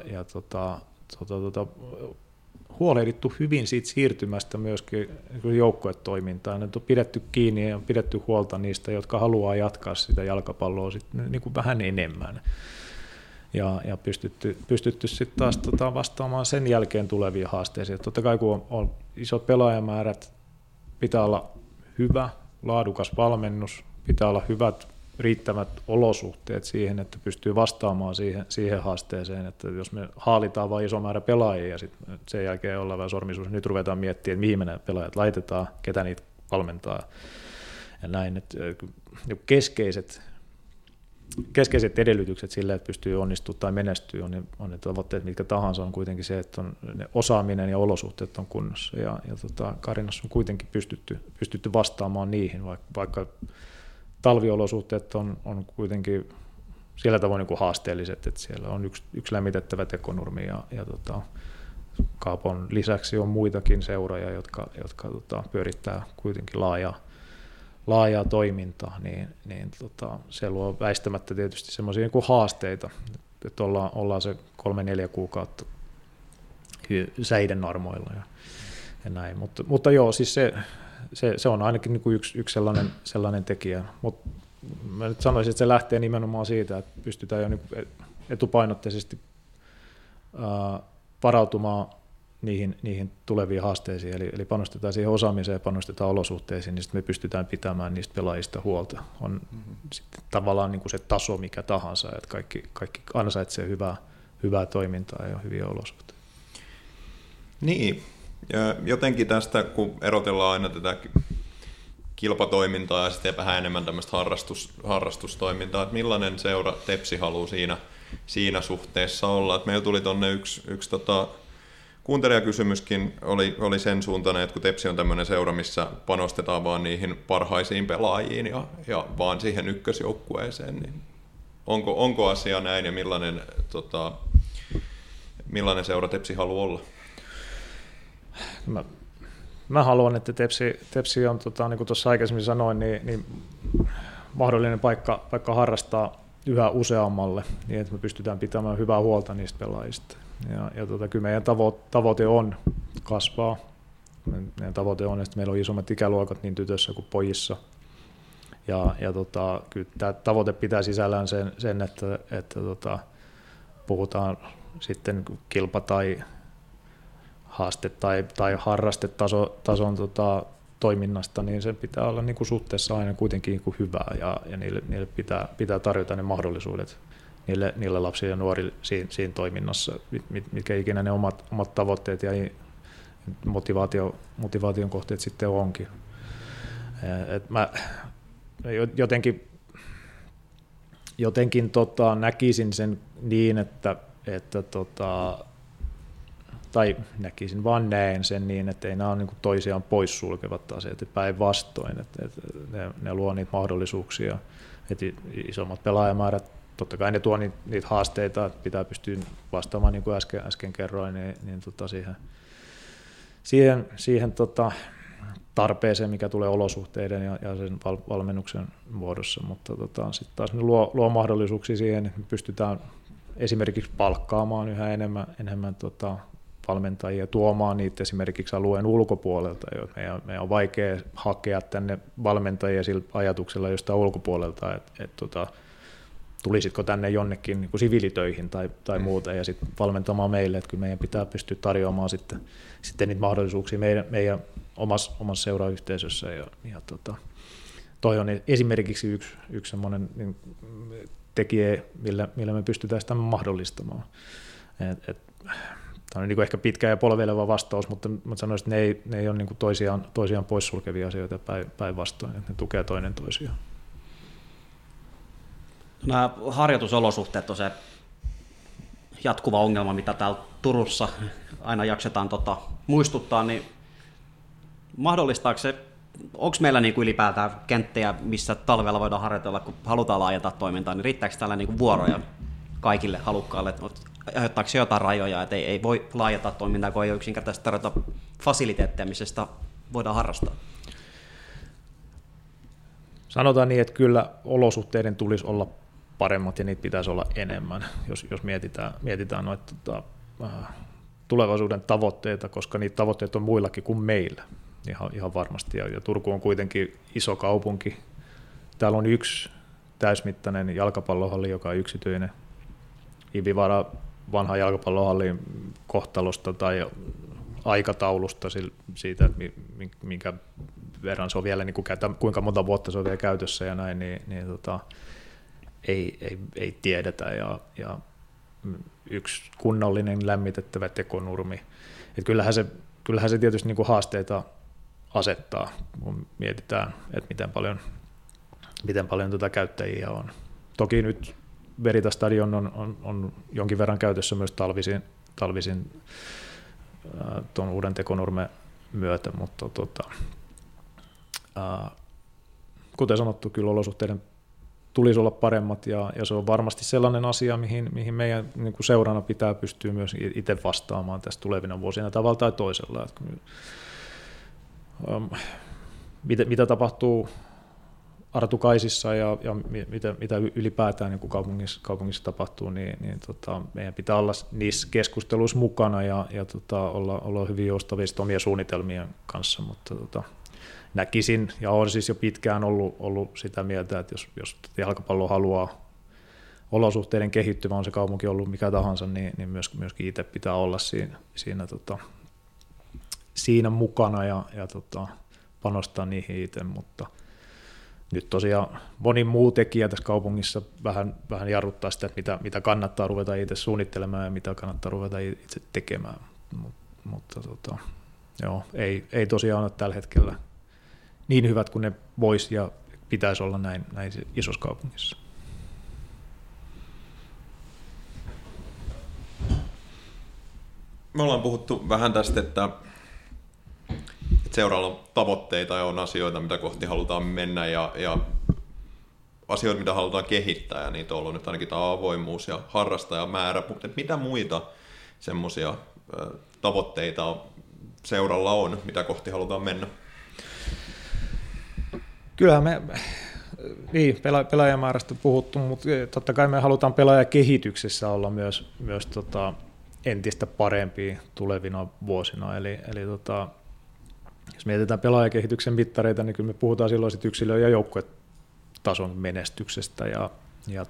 huolehdittu hyvin siitä siirtymästä myöskin joukkuetoimintaan. Ne on pidetty kiinni ja pidetty huolta niistä, jotka haluaa jatkaa sitä jalkapalloa sitten niin kuin vähän enemmän. Ja pystytty sitten taas vastaamaan sen jälkeen tuleviin haasteisiin. Totta kai kun on isot pelaajamäärät, pitää olla hyvä, laadukas valmennus, pitää olla hyvät, riittävät olosuhteet siihen, että pystyy vastaamaan siihen haasteeseen, että jos me haalitaan vain iso määrä pelaajia ja sitten sen jälkeen ollaan vähän sormisuus, nyt ruvetaan miettimään, että mihin me nämä pelaajat laitetaan, ketä niitä valmentaa ja näin. Että keskeiset keskeiset edellytykset sille, että pystyy onnistumaan tai menestyä, on ne tavoitteet mitkä tahansa, on kuitenkin se, että on ne osaaminen ja olosuhteet on kunnossa. Ja Karinassa on kuitenkin pystytty vastaamaan niihin, vaikka talviolosuhteet on kuitenkin sillä tavoin niin kuin haasteelliset, että siellä on yksi lämmitettävä tekonurmi ja Kaapon lisäksi on muitakin seuroja, jotka pyörittää kuitenkin laajaa toimintaa, niin se luo väistämättä tietysti semmoisia niin kuin haasteita, että ollaan se 3-4 kuukautta säiden armoilla ja näin, mutta joo, siis se on ainakin niin kuin yksi sellainen tekijä, mutta mä nyt sanoisin, että se lähtee nimenomaan siitä, että pystytään jo niin etupainotteisesti varautumaan niihin tuleviin haasteisiin, eli panostetaan siihen osaamiseen ja panostetaan olosuhteisiin, niin sitten me pystytään pitämään niistä pelaajista huolta. On sitten tavallaan niin kuin se taso mikä tahansa, että kaikki ansaitsee hyvää toimintaa ja hyviä olosuhteita. Niin, ja jotenkin tästä, kun erotellaan aina tätä kilpatoimintaa ja sitten vähän enemmän tämmöistä harrastustoimintaa, että millainen seura Tepsi haluaa siinä suhteessa olla. Että meillä tuli tuonne yksi kuuntelijakysymyskin oli sen suuntainen, että kun Tepsi on tämmöinen seura, missä panostetaan vaan niihin parhaisiin pelaajiin ja vaan siihen ykkösjoukkueeseen, niin onko asia näin ja millainen seura Tepsi haluaa olla? Mä haluan, että Tepsi on, niin kuin tuossa aikaisemmin sanoin, niin mahdollinen paikka harrastaa yhä useammalle, niin että me pystytään pitämään hyvää huolta niistä pelaajista. Ja kyllä meidän tavoite on kasvaa. Meidän tavoite on, että meillä on isommat ikäluokat niin tytössä kuin pojissa. Ja kyllä tämä tavoite pitää sisällään sen että puhutaan sitten kilpa- tai haaste- tai harrastetason toiminnasta, niin sen pitää olla niin kuin suhteessa aina kuitenkin niin kuin hyvää ja niille pitää tarjota ne mahdollisuudet niille lapsille ja nuorille siinä toiminnassa, mitkä ikinä ne omat tavoitteet ja motivaation kohteet sitten onkin. Et mä jotenkin näkisin sen niin, tai näkisin vaan näen sen niin, että ei nämä ole niin kuin toisiaan poissulkevat asiat, päinvastoin, että ne luo niitä mahdollisuuksia, että isommat pelaajamäärät, totta kai ne tuo niitä haasteita, että pitää pystyä vastaamaan, niin kuin äsken kerroin, siihen tarpeeseen, mikä tulee olosuhteiden ja sen valmennuksen muodossa, mutta sitten taas ne luo mahdollisuuksia siihen, että me pystytään esimerkiksi palkkaamaan yhä enemmän valmentajia, tuomaan niitä esimerkiksi alueen ulkopuolelta. Meidän on vaikea hakea tänne valmentajia sillä ajatuksella jostain ulkopuolelta, että tulisitko tänne jonnekin niin kuin siviilitöihin tai muuta ja sitten valmentamaan meille, että kyllä meidän pitää pystyä tarjoamaan sitten niitä mahdollisuuksia meidän omassa seurayhteisössä ja toi on esimerkiksi yksi semmoinen niin tekijä, millä me pystytään sitä mahdollistamaan. Tämä on niin kuin ehkä pitkä ja polveileva vastaus, mutta sanoisin, että ne ei ole niin kuin toisiaan poissulkevia asioita päinvastoin, että ne tukee toinen toisiaan. Nämä harjoitusolosuhteet on se jatkuva ongelma, mitä täällä Turussa aina jaksetaan muistuttaa, niin mahdollistaako se, onko meillä niin kuin ylipäätään kenttejä, missä talvella voidaan harjoitella, kun halutaan laajentaa toimintaa, niin riittääkö täällä niin kuin vuoroja kaikille halukkaille, aiheuttaako se jotain rajoja, että ei voi laajentaa toimintaa, kun ei ole yksinkertaisesti tarjota fasiliteetteja, missä sitä voidaan harrastaa? Sanotaan niin, että kyllä olosuhteiden tulisi olla paremmat ja niitä pitäisi olla enemmän, jos mietitään noita tulevaisuuden tavoitteita, koska niitä tavoitteita on muillakin kuin meillä ihan varmasti. Ja Turku on kuitenkin iso kaupunki. Täällä on yksi täysmittainen jalkapallohalli, joka on yksityinen. Iivivaara vanha jalkapallohallin kohtalosta tai aikataulusta siitä, että minkä verran se on vielä, niin kuinka monta vuotta se on vielä käytössä ja näin, ei tiedetä. Ja yksi kunnollinen lämmitettävä tekonurmi. Et kyllähän se tietysti niin kuin haasteita asettaa, kun mietitään, että miten paljon käyttäjiä on. Toki nyt Verita-stadion on jonkin verran käytössä myös talvisin tuon uuden Tekonurmen myötä, mutta kuten sanottu, kyllä olosuhteiden tulisi olla paremmat ja se on varmasti sellainen asia, mihin meidän niin kuin seurana pitää pystyä myös itse vastaamaan tässä tulevina vuosina tavalla tai toisella. Mitä tapahtuu Artukaisissa ja mitä ylipäätään niin kuin kaupungissa tapahtuu, niin meidän pitää olla niissä keskusteluissa mukana ja olla hyvin joustavia omia suunnitelmien kanssa, mutta näkisin ja olen siis jo pitkään ollut sitä mieltä, että jos jalkapallo haluaa olosuhteiden kehittymään, on se kaupunki ollut mikä tahansa, niin myöskin itse pitää olla siinä mukana ja panostaa niihin itse, mutta nyt tosiaan moni muu tekijä tässä kaupungissa vähän jarruttaa sitä, että mitä kannattaa ruveta itse suunnittelemaan ja mitä kannattaa ruveta itse tekemään, mutta joo, ei tosiaan ole tällä hetkellä niin hyvät kuin ne voisi ja pitäisi olla näin isossa kaupungissa. Me ollaan puhuttu vähän tästä, että seuraalla on tavoitteita ja on asioita, mitä kohti halutaan mennä ja asioita, mitä halutaan kehittää, ja niitä on ollut nyt ainakin tämä avoimuus ja harrastajamäärä, mutta mitä muita semmoisia tavoitteita seuralla on, mitä kohti halutaan mennä? Kyllähän me pelaajamäärästä puhuttu, mutta totta kai me halutaan pelaajakehityksessä olla myös entistä parempia tulevina vuosina. Eli jos mietitään pelaajakehityksen mittareita, niin kyllä me puhutaan silloin yksilö- ja joukkuetason menestyksestä. Ja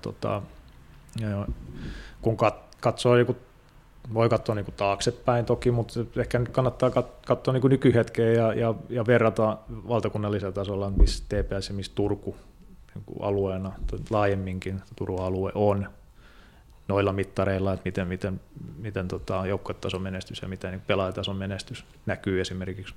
kun katsoo, voi katsoa niin kuin taaksepäin toki, mutta ehkä nyt kannattaa katsoa niin kuin nykyhetkeä ja verrata valtakunnallisella tasolla, missä TPS ja missä Turku niin kuin alueena laajemminkin Turun alue on noilla mittareilla, että miten joukkuetason menestys ja miten niin pelaajatason menestys näkyy esimerkiksi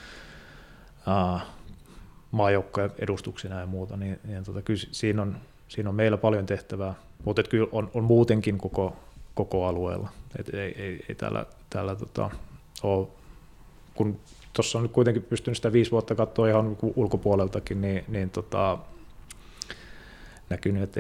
maajoukkojen edustuksina ja muuta, niin kyllä siinä on meillä paljon tehtävää, mutta kyllä on muutenkin koko alueella. Ei täällä ole, kun tuossa on nyt kuitenkin pystynyt sitä 5 vuotta katsoa ihan ulkopuoleltakin, niin näkynyt, että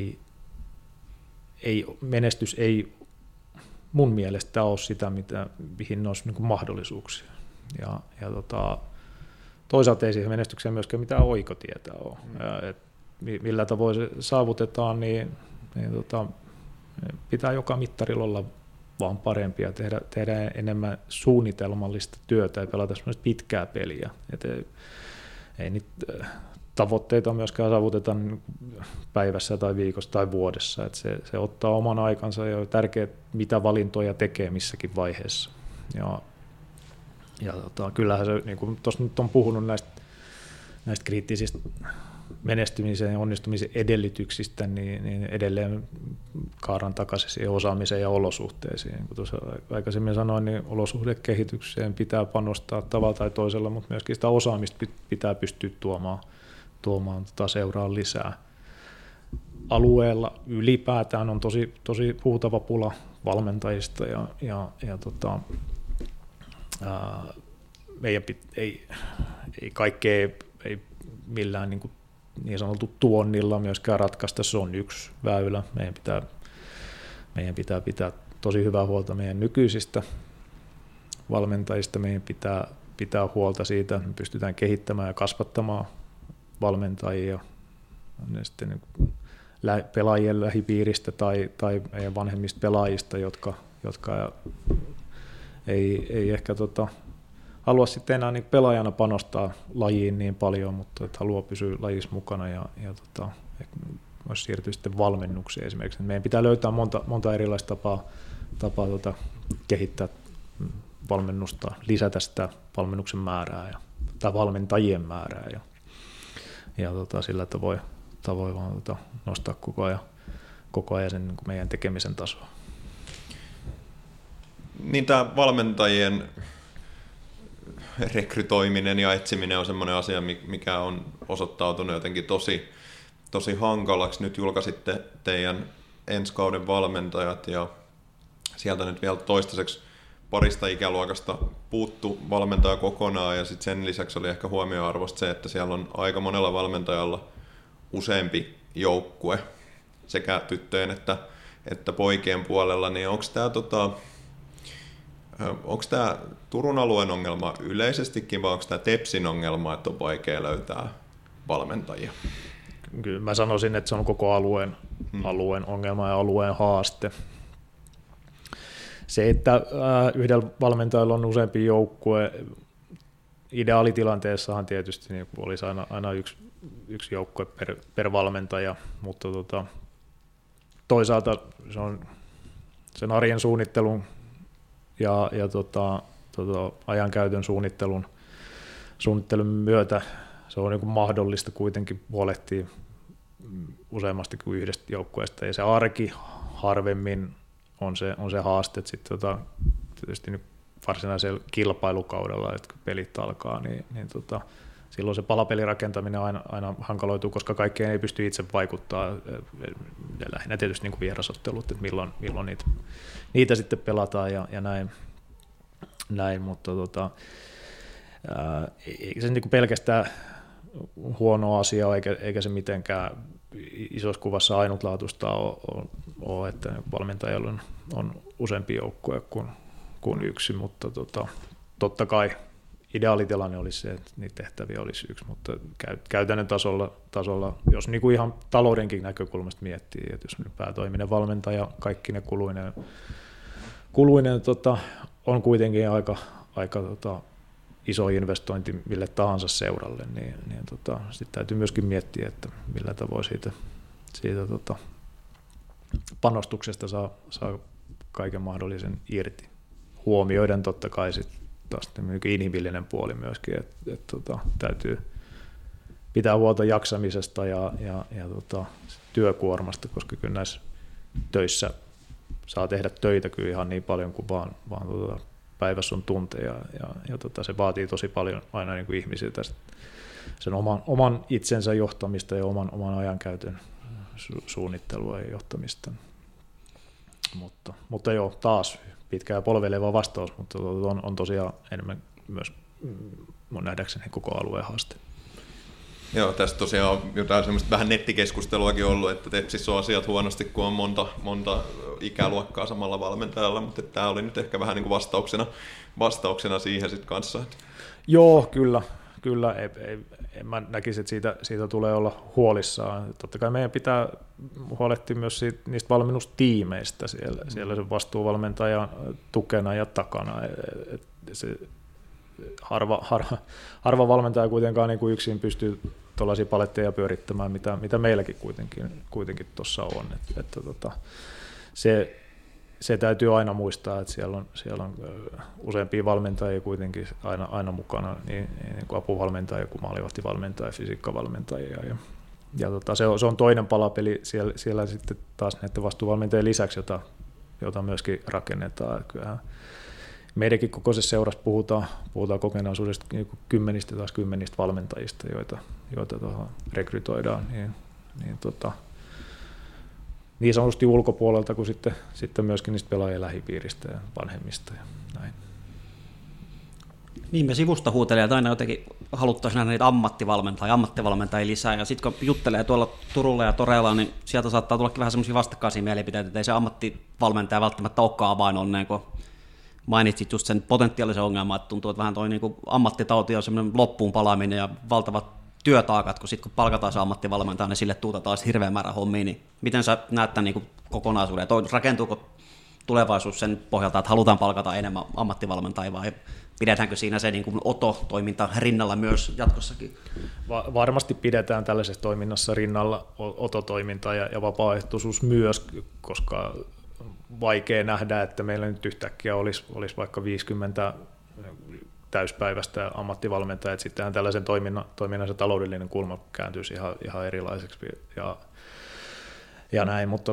menestys ei mun mielestä ole sitä, mihin olisi niin kuin mahdollisuuksia. Ja toisaalta ei siihen menestykseen myöskään mitään oikotietä ole. Millä tavoin se saavutetaan, niin pitää joka mittarilla olla vaan parempia, tehdä enemmän suunnitelmallista työtä ja pelata semmoista pitkää peliä. Ei niitä tavoitteita myöskään saavuteta päivässä tai viikossa tai vuodessa. Se ottaa oman aikansa ja on tärkeää, mitä valintoja tekee missäkin vaiheessa. Kyllähän se, niin kuin tuossa nyt on puhunut näistä kriittisistä menestymisen ja onnistumisen edellytyksistä, niin edelleen kaaran takaisin siihen osaamiseen ja olosuhteisiin. Kun tuossa aikaisemmin sanoin, niin olosuhdekehitykseen pitää panostaa tavalla tai toisella, mutta myöskin sitä osaamista pitää pystyä tuomaan seuraan lisää. Alueella ylipäätään on tosi huutava pula valmentajista meidän ei kaikkea ei millään niin sanottu tuonnilla myöskään ratkaista, se on yksi väylä. Meidän pitää pitää tosi hyvää huolta meidän nykyisistä valmentajista, meidän pitää huolta siitä, että me pystytään kehittämään ja kasvattamaan valmentajia ne sitten pelaajien lähipiiristä tai meidän vanhemmista pelaajista, jotka ei ehkä halua sitten enää niin pelaajana panostaa lajiin niin paljon, mutta että haluaa pysyä lajissa mukana ja olisi siirtyä sitten valmennuksiin esimerkiksi. Meidän pitää löytää monta erilaista tapaa kehittää valmennusta, lisätä sitä valmennuksen määrää tai valmentajien määrää ja sillä tavoin vaan nostaa koko ajan sen niin kuin meidän tekemisen tasoa. Niin tämä valmentajien rekrytoiminen ja etsiminen on semmoinen asia, mikä on osoittautunut jotenkin tosi hankalaksi. Nyt julkaisitte teidän ensi kauden valmentajat ja sieltä nyt vielä toistaiseksi parista ikäluokasta puuttu valmentaja kokonaan ja sitten sen lisäksi oli ehkä huomioarvoista se, että siellä on aika monella valmentajalla useampi joukkue sekä tyttöjen että poikien puolella, niin onko tämä Turun alueen ongelma yleisestikin vai onko tämä Tepsin ongelma, että on vaikea löytää valmentajia? Kyllä mä sanoisin, että se on koko alueen ongelma ja alueen haaste. Se, että yhdellä valmentajalla on useampi joukkue, ideaalitilanteessahan tietysti niin olisi aina yksi joukkue per valmentaja, mutta toisaalta se on sen arjen suunnittelun ja ajankäytön suunnittelun myötä se on niin kuin mahdollista kuitenkin huolehtia useammasti kuin yhdestä joukkueesta, ja se arki harvemmin on se haaste. Sitten tietysti nyt varsinaisella kilpailukaudella, että kun pelit alkaa, niin silloin se palapelirakentaminen aina hankaloituu, koska kaikkeen ei pysty itse vaikuttaa. Lähinnä tietysti niin kuin vierasottelut, että milloin niitä sitten pelataan ja näin. Mutta eikä se niin kuin pelkästään huono asia ole, eikä se mitenkään isossa kuvassa ainutlaatuista ole, että valmentajalla on useampi joukkue kuin yksi, mutta totta kai ideaalitilanne olisi se, että niitä tehtäviä olisi yksi, mutta käytännön tasolla jos niin kuin ihan taloudenkin näkökulmasta miettii, että jos päätoiminen valmentaja, kaikki ne kuluinen on kuitenkin aika iso investointi mille tahansa seuralle, niin sitten täytyy myöskin miettiä, että millä tavoin siitä panostuksesta saa kaiken mahdollisen irti. Huomioiden totta kai sitten taas inhimillinen puoli myöskin, että täytyy pitää huolta jaksamisesta ja työkuormasta, koska kyllä näissä töissä saa tehdä töitä kyllä ihan niin paljon kuin vaan päivässä on tunteja, ja se vaatii tosi paljon aina niin kuin ihmisiltä sen oman itsensä johtamista ja oman ajankäytön suunnittelua ja johtamista. Mutta joo, taas pitkä ja polveileva vastaus, mutta on tosiaan enemmän myös mun nähdäkseni koko alueen haaste. Joo, tässä tosiaan on jotain semmoista vähän nettikeskusteluakin ollut, että Tepsissä on asiat huonosti, kun on monta ikäluokkaa samalla valmentajalla, mutta tämä oli nyt ehkä vähän niin kuin vastauksena siihen sitten kanssa. Joo, kyllä. En mä näkisi, että siitä tulee olla huolissaan. Totta kai meidän pitää huolehtia myös niistä valmennustiimeistä siellä sen vastuuvalmentajan tukena ja takana. Harva valmentaja kuitenkaan niin kuin yksin pystyy tuollaisia paletteja pyörittämään, mitä meilläkin kuitenkin tuossa on. Se täytyy aina muistaa, että siellä on useampia valmentajia kuitenkin aina mukana, niin kuin apuvalmentajia kuin maalivahtivalmentajia, fysiikkavalmentajia. Se on toinen palapeli siellä sitten taas näiden vastuuvalmentajien lisäksi, jota myöskin rakennetaan. Kyllähän meidänkin kokoisessa seurassa puhutaan kokonaisuudesta kymmenistä valmentajista, joita rekrytoidaan. Niin sanotusti ulkopuolelta kuin sitten myöskin niistä pelaajien lähipiiristä ja vanhemmista ja näin. Niin me sivusta huutelijat aina jotenkin haluttaisiin nähdä niitä ammattivalmentajia lisää, ja sitten kun juttelee tuolla Turulla ja Toreilla, niin sieltä saattaa tullakin vähän semmoisia vastakkaisia mielipiteitä, että ei se ammattivalmentaja välttämättä olekaan avainonneen, kun mainitsit just sen potentiaalisen ongelman, että tuntuu, että vähän toi niin kuin ammattitauti on semmoinen loppuun palaaminen ja valtavat työtaakat, kun sitten kun palkataan se ammattivalmentaja, niin sille tuutetaan hirveän määrä hommia, niin miten sä näet tämän niin kokonaisuuden? Rakentuuko tulevaisuus sen pohjalta, että halutaan palkata enemmän ammattivalmentajia vai pidetäänkö siinä se niin kuin oto-toiminta rinnalla myös jatkossakin? Varmasti pidetään tällaisessa toiminnassa rinnalla oto-toiminta ja vapaaehtoisuus myös, koska vaikea nähdä, että meillä nyt yhtäkkiä olisi vaikka 50 täyspäiväistä ammattivalmentajaa, että sittenhän tällaisen toiminnan se taloudellinen kulma kääntyisi ihan erilaiseksi ja näin, mutta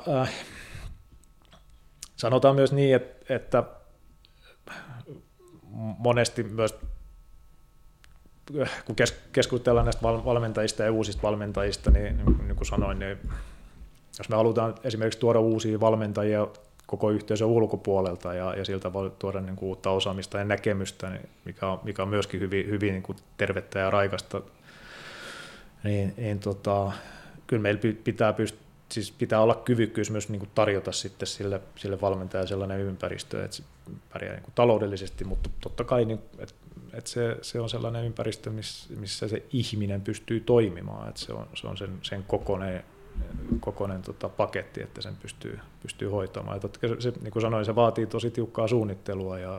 sanotaan myös niin, että monesti myös kun keskustellaan näistä valmentajista ja uusista valmentajista, niin kuin sanoin, niin jos me halutaan esimerkiksi tuoda uusia valmentajia koko yhteisön ulkopuolelta ja siltä voi tuoda niin kuin uutta osaamista ja näkemystä, niin mikä on myöskin hyvin niin kuin tervettä ja raikasta, niin kyllä meillä pitää olla kyvykkyys myös niin kuin tarjota sitten sille valmentajalle sellainen ympäristö, että se pärjää niin kuin taloudellisesti, mutta totta kai niin, että se on sellainen ympäristö, missä se ihminen pystyy toimimaan, että se on sen kokoinen paketti, että sen pystyy hoitamaan. Ja se, niin kuin sanoin, se vaatii tosi tiukkaa suunnittelua ja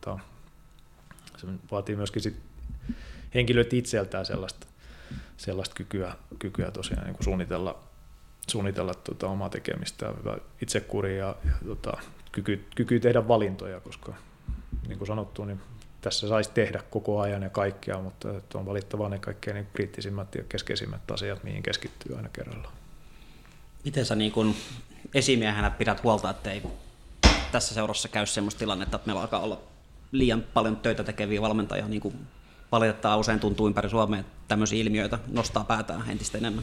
se vaatii myöskin sit henkilöt itseltään sellaista kykyä tosiaan niin kuin suunnitella omaa tekemistä ja itsekuri ja kyky tehdä valintoja, koska niin kuin sanottu, niin tässä saisi tehdä koko ajan ja kaikkea, mutta on valittava ne kaikkein niin kriittisimmät ja keskeisimmät asiat, mihin keskittyy aina kerrallaan. Miten sä niin kun esimiehenä pidät huolta, ettei tässä seurassa käy semmoista tilannetta, että meillä alkaa olla liian paljon töitä tekeviä valmentajia, niin kuin valitettavasti usein tuntuu ympäri Suomea, että tämmöisiä ilmiöitä nostaa päätään entistä enemmän?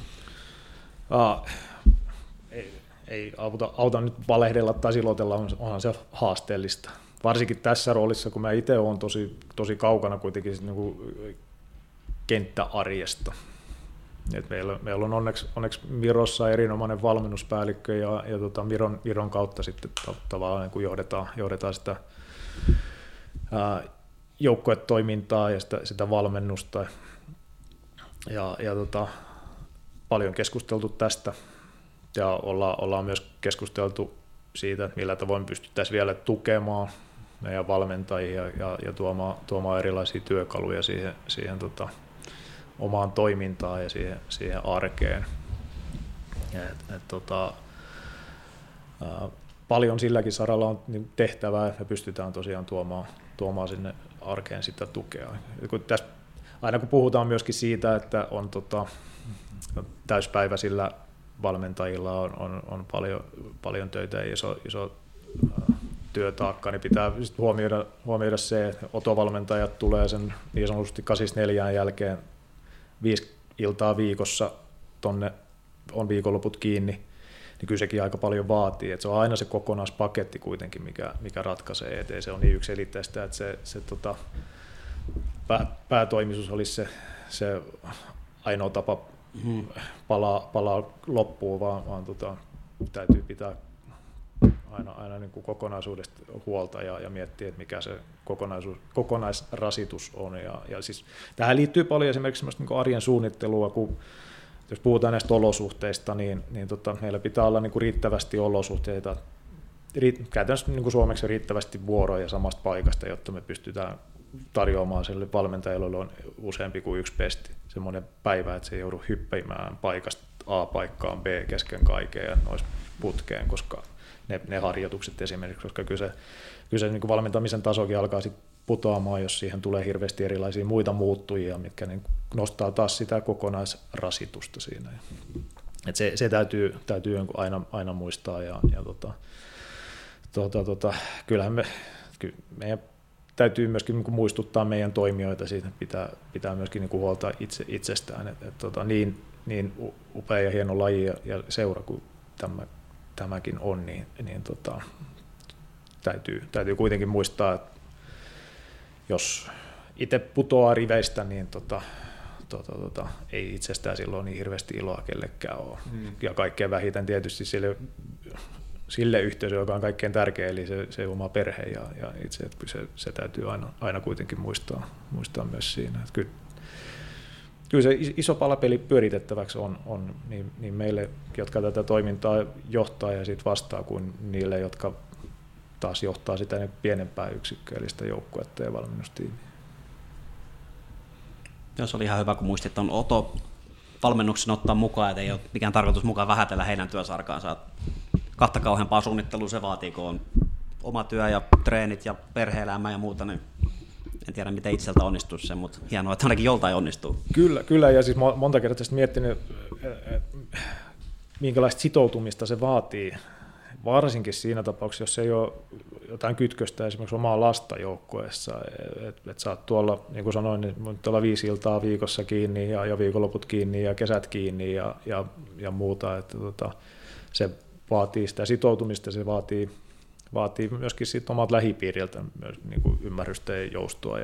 Ei auta nyt valehdella tai silotella, onhan se haasteellista. Varsinkin tässä roolissa, kun mä itse olen tosi kaukana kuitenkin niin kuin kenttäarjesta. Et meillä on onneksi Virossa erinomainen valmennuspäällikkö ja Viron kautta sitten tavallaan niin kuin johdetaan sitä joukkuetoimintaa ja sitä valmennusta. Ja paljon keskusteltu tästä ja ollaan myös keskusteltu siitä, että millä tavoin pystyttäisiin vielä tukemaan meidän valmentajia ja tuomaan erilaisia työkaluja siihen omaan toimintaan ja siihen arkeen. Paljon silläkin saralla on tehtävää, että me pystytään tosiaan tuomaan sinne arkeen sitä tukea. Aina kun puhutaan myöskin siitä, että on täyspäiväisillä valmentajilla on paljon töitä ja iso työtaakka, niin pitää huomioida se, että otovalmentajat tulee sen niin sanotusti 8-4 jälkeen 5 iltaa viikossa, tonne on viikonloput kiinni, niin kyllä sekin aika paljon vaatii. Että se on aina se kokonaispaketti kuitenkin, mikä ratkaisee, ettei se ole niin yksiselitteistä, että se päätoimisuus olisi se ainoa tapa palaa loppuun, vaan täytyy pitää aina niin kuin kokonaisuudesta huolta ja miettiä, että mikä se kokonaisrasitus on. Ja siis, tähän liittyy paljon esimerkiksi sellaista niin kuin arjen suunnittelua, kun jos puhutaan näistä olosuhteista, niin meillä pitää olla niin kuin riittävästi olosuhteita, käytännössä niin kuin suomeksi riittävästi vuoroja samasta paikasta, jotta me pystytään tarjoamaan sille valmentajalle, jolla on useampi kuin yksi pesti, semmoinen päivä, että se ei joudu hyppäimään paikasta A paikkaan B kesken kaiken ja nois putkeen, koska ne harjoitukset esimerkiksi, koska kyllä se niin kuin valmentamisen tasokin alkaa sitten putoamaan, jos siihen tulee hirveästi erilaisia muita muuttujia, mitkä niin nostaa taas sitä kokonaisrasitusta siinä. Et se täytyy aina muistaa kyllähän meidän täytyy myöskin niin kuin muistuttaa meidän toimijoita siitä, että pitää myöskin niin kuin huolta itsestään, niin upea ja hieno laji ja seura kuin tämäkin on, niin täytyy kuitenkin muistaa, että jos itse putoaa riveistä, niin ei itsestään silloin niin hirveästi iloa kellekään ole. Ja kaikkein vähiten tietysti sille yhteisölle, joka on kaikkein tärkein, eli se oma perhe ja itse, että se täytyy aina kuitenkin muistaa myös siinä. Että kyllä se iso palapeli pyöritettäväksi on niin meille, jotka tätä toimintaa johtaa ja sit vastaa, kuin niille, jotka taas johtaa sitä pienempää yksikköä, eli sitä joukkuetta ja valmennustiimiä. Se oli ihan hyvä, kun muistit, että on Oto-valmennuksen ottaa mukaan, että ei ole mikään tarkoitus mukaan vähätellä heidän työsarkaansa. Kahta kauheampaa suunnittelua se vaatii, kun on oma työ ja treenit ja perhe-elämä ja muuta, niin en tiedä, miten itseltä onnistuu se, mutta hienoa, että ainakin joltain onnistuu. Kyllä, ja siis monta kertaa miettinyt, minkälaista sitoutumista se vaatii, varsinkin siinä tapauksessa, jos ei ole jotain kytköstä esimerkiksi omaa lasta joukkueessa, että sä oot tuolla, niin kuin sanoin, niin tuolla 5 iltaa viikossa kiinni ja viikonloput kiinni ja kesät kiinni ja muuta, että se vaatii sitä sitoutumista, se vaatii myöskin siitä omalta lähipiiriltä myös niin kuin ymmärrystä ja joustoa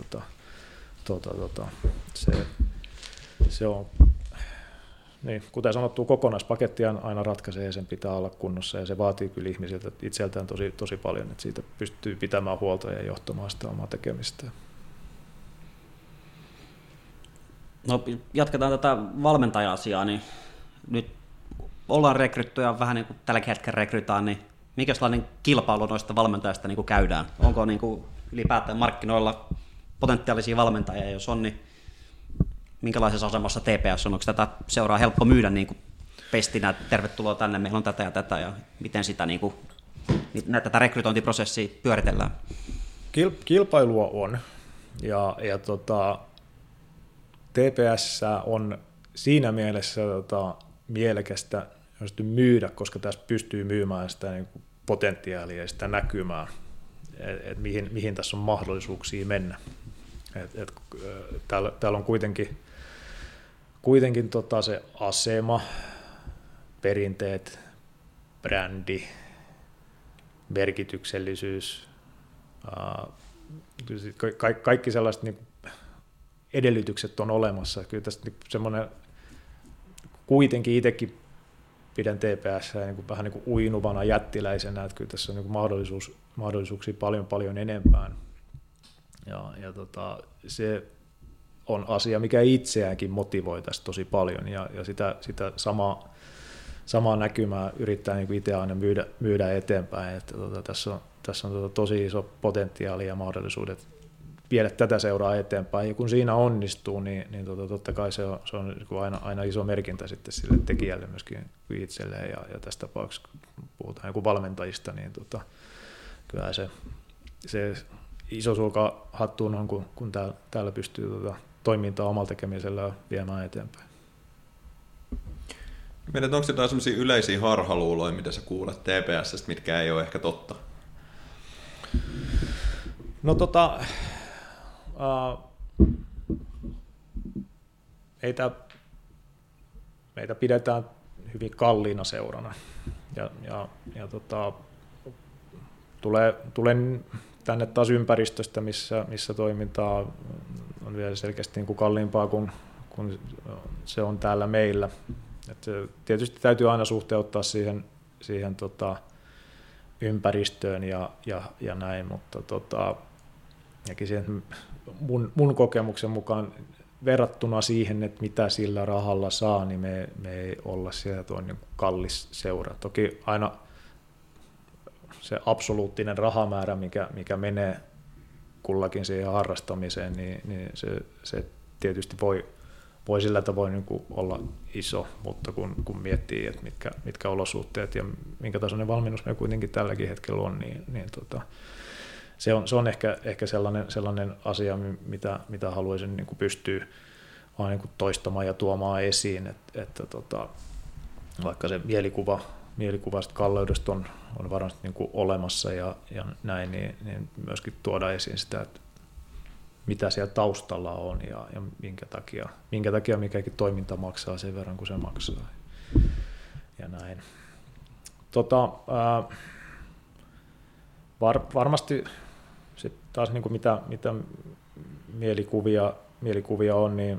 se on, niin, kuten sanottu, kokonaispaketti aina ratkaisee ja sen pitää olla kunnossa ja se vaatii kyllä ihmisiltä itseltään tosi paljon, että siitä pystyy pitämään huolta ja johtamaan sitä omaa tekemistä. No, jatketaan tätä valmentaja-asiaa, niin nyt ollaan rekryttyjä vähän niin kuin tälläkin hetkellä rekrytään, niin minkälainen kilpailu noista valmentajista niin kuin käydään? Onko niin kuin ylipäätään markkinoilla potentiaalisia valmentajia, jos on, niin minkälaisessa asemassa TPS on? Onko tätä seuraa helppo myydä niin kuin pestinä, että tervetuloa tänne, meillä on tätä ja tätä, ja miten sitä niin kuin, tätä rekrytointiprosessia pyöritellään? Kilpailua on, ja TPS on siinä mielessä mielekästä myydä, koska tässä pystyy myymään sitä niin kuin potentiaalia ja sitä näkymää, että mihin tässä on mahdollisuuksia mennä. Täällä on kuitenkin se asema, perinteet, brändi, merkityksellisyys, kaikki sellaiset niin edellytykset on olemassa. Kyllä tästä semmoinen, kuitenkin itsekin pidän TPS niin kuin vähän niin kuin uinuvana jättiläisenä, että kyllä tässä on niin kuin mahdollisuuksia paljon enempään. Ja se on asia, mikä itseäänkin motivoi tästä tosi paljon, ja sitä samaa näkymää yrittää niin kuin itse aina myydä eteenpäin, että tässä on tosi iso potentiaali ja mahdollisuudet viedä tätä seuraa eteenpäin, ja kun siinä onnistuu, niin totta kai se on niin kuin aina iso merkintä sitten sille tekijälle myöskin itselleen, ja tässä tapauksessa, kun puhutaan joku valmentajista, niin kyllä se iso sulka hattuun on, kun täällä pystyy toimintaa omalla tekemisellä viemään eteenpäin. Mietit, onko jotain sellaisia yleisiä harhaluuloja, mitä sä kuulet TPS:stä, mitkä ei ole ehkä totta? No meitä pidetään hyvin kalliina seurana, ja tulen tänne taas ympäristöstä, missä toimintaa on vielä selkeästi niin kuin kalliimpaa kuin se on täällä meillä. Et tietysti täytyy aina suhteuttaa siihen ympäristöön ja näin, mutta siihen mun kokemuksen mukaan verrattuna siihen, että mitä sillä rahalla saa, niin me ei olla siellä tuon niin kallis seura. Toki aina se absoluuttinen rahamäärä, mikä menee kullakin siihen harrastamiseen, niin se tietysti voi sillä tavoin niin kuin olla iso, mutta kun miettii, että mitkä olosuhteet ja minkä tasoinen valmennus me kuitenkin tälläkin hetkellä on, niin se on ehkä sellainen asia, mitä haluaisin niin kuin pystyä vaan niin kuin toistamaan ja tuomaan esiin, että vaikka se mielikuva kalleudesta on varmasti niin kuin olemassa ja näin, niin myöskin tuoda esiin sitä, että mitä siellä taustalla on ja minkä takia mikäkin toiminta maksaa sen verran, kun se maksaa. Ja näin. Varmasti sit taas niin kuin mitä mielikuvia on, niin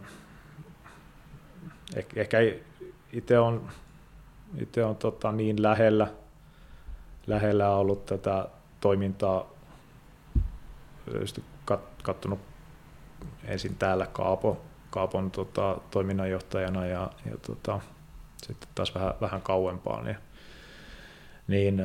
ehkä itse on niin lähellä ollut tätä toimintaa, katsonut ensin täällä Kaapon toiminnanjohtajana ja sitten taas vähän kauempaa, niin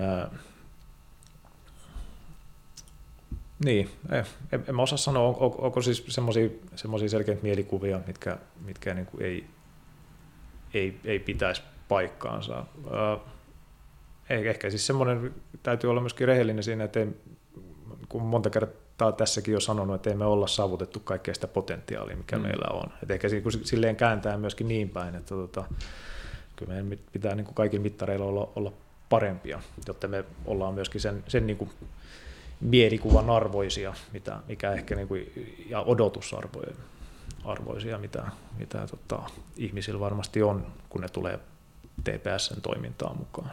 en mä osaa sanoa, onko siis semmoisia selkeitä mielikuvia, mitkä niin kuin ei pitäisi paikkaansa. Ehkä siis semmoinen, täytyy olla myöskin rehellinen siinä, että kun monta kertaa tässäkin jo sanonut, että ei me olla saavutettu kaikkea sitä potentiaalia, mikä meillä on. Et ehkä silleen kääntää myöskin niin päin, että kyllä meidän pitää niin kuin kaikilla mittareilla olla parempia, jotta me ollaan myöskin sen niin kuin mielikuvan arvoisia, mikä ehkä niin kuin, ja odotusarvoisia, mitä ihmisillä varmasti on, kun ne tulee TPS:n toimintaan mukaan.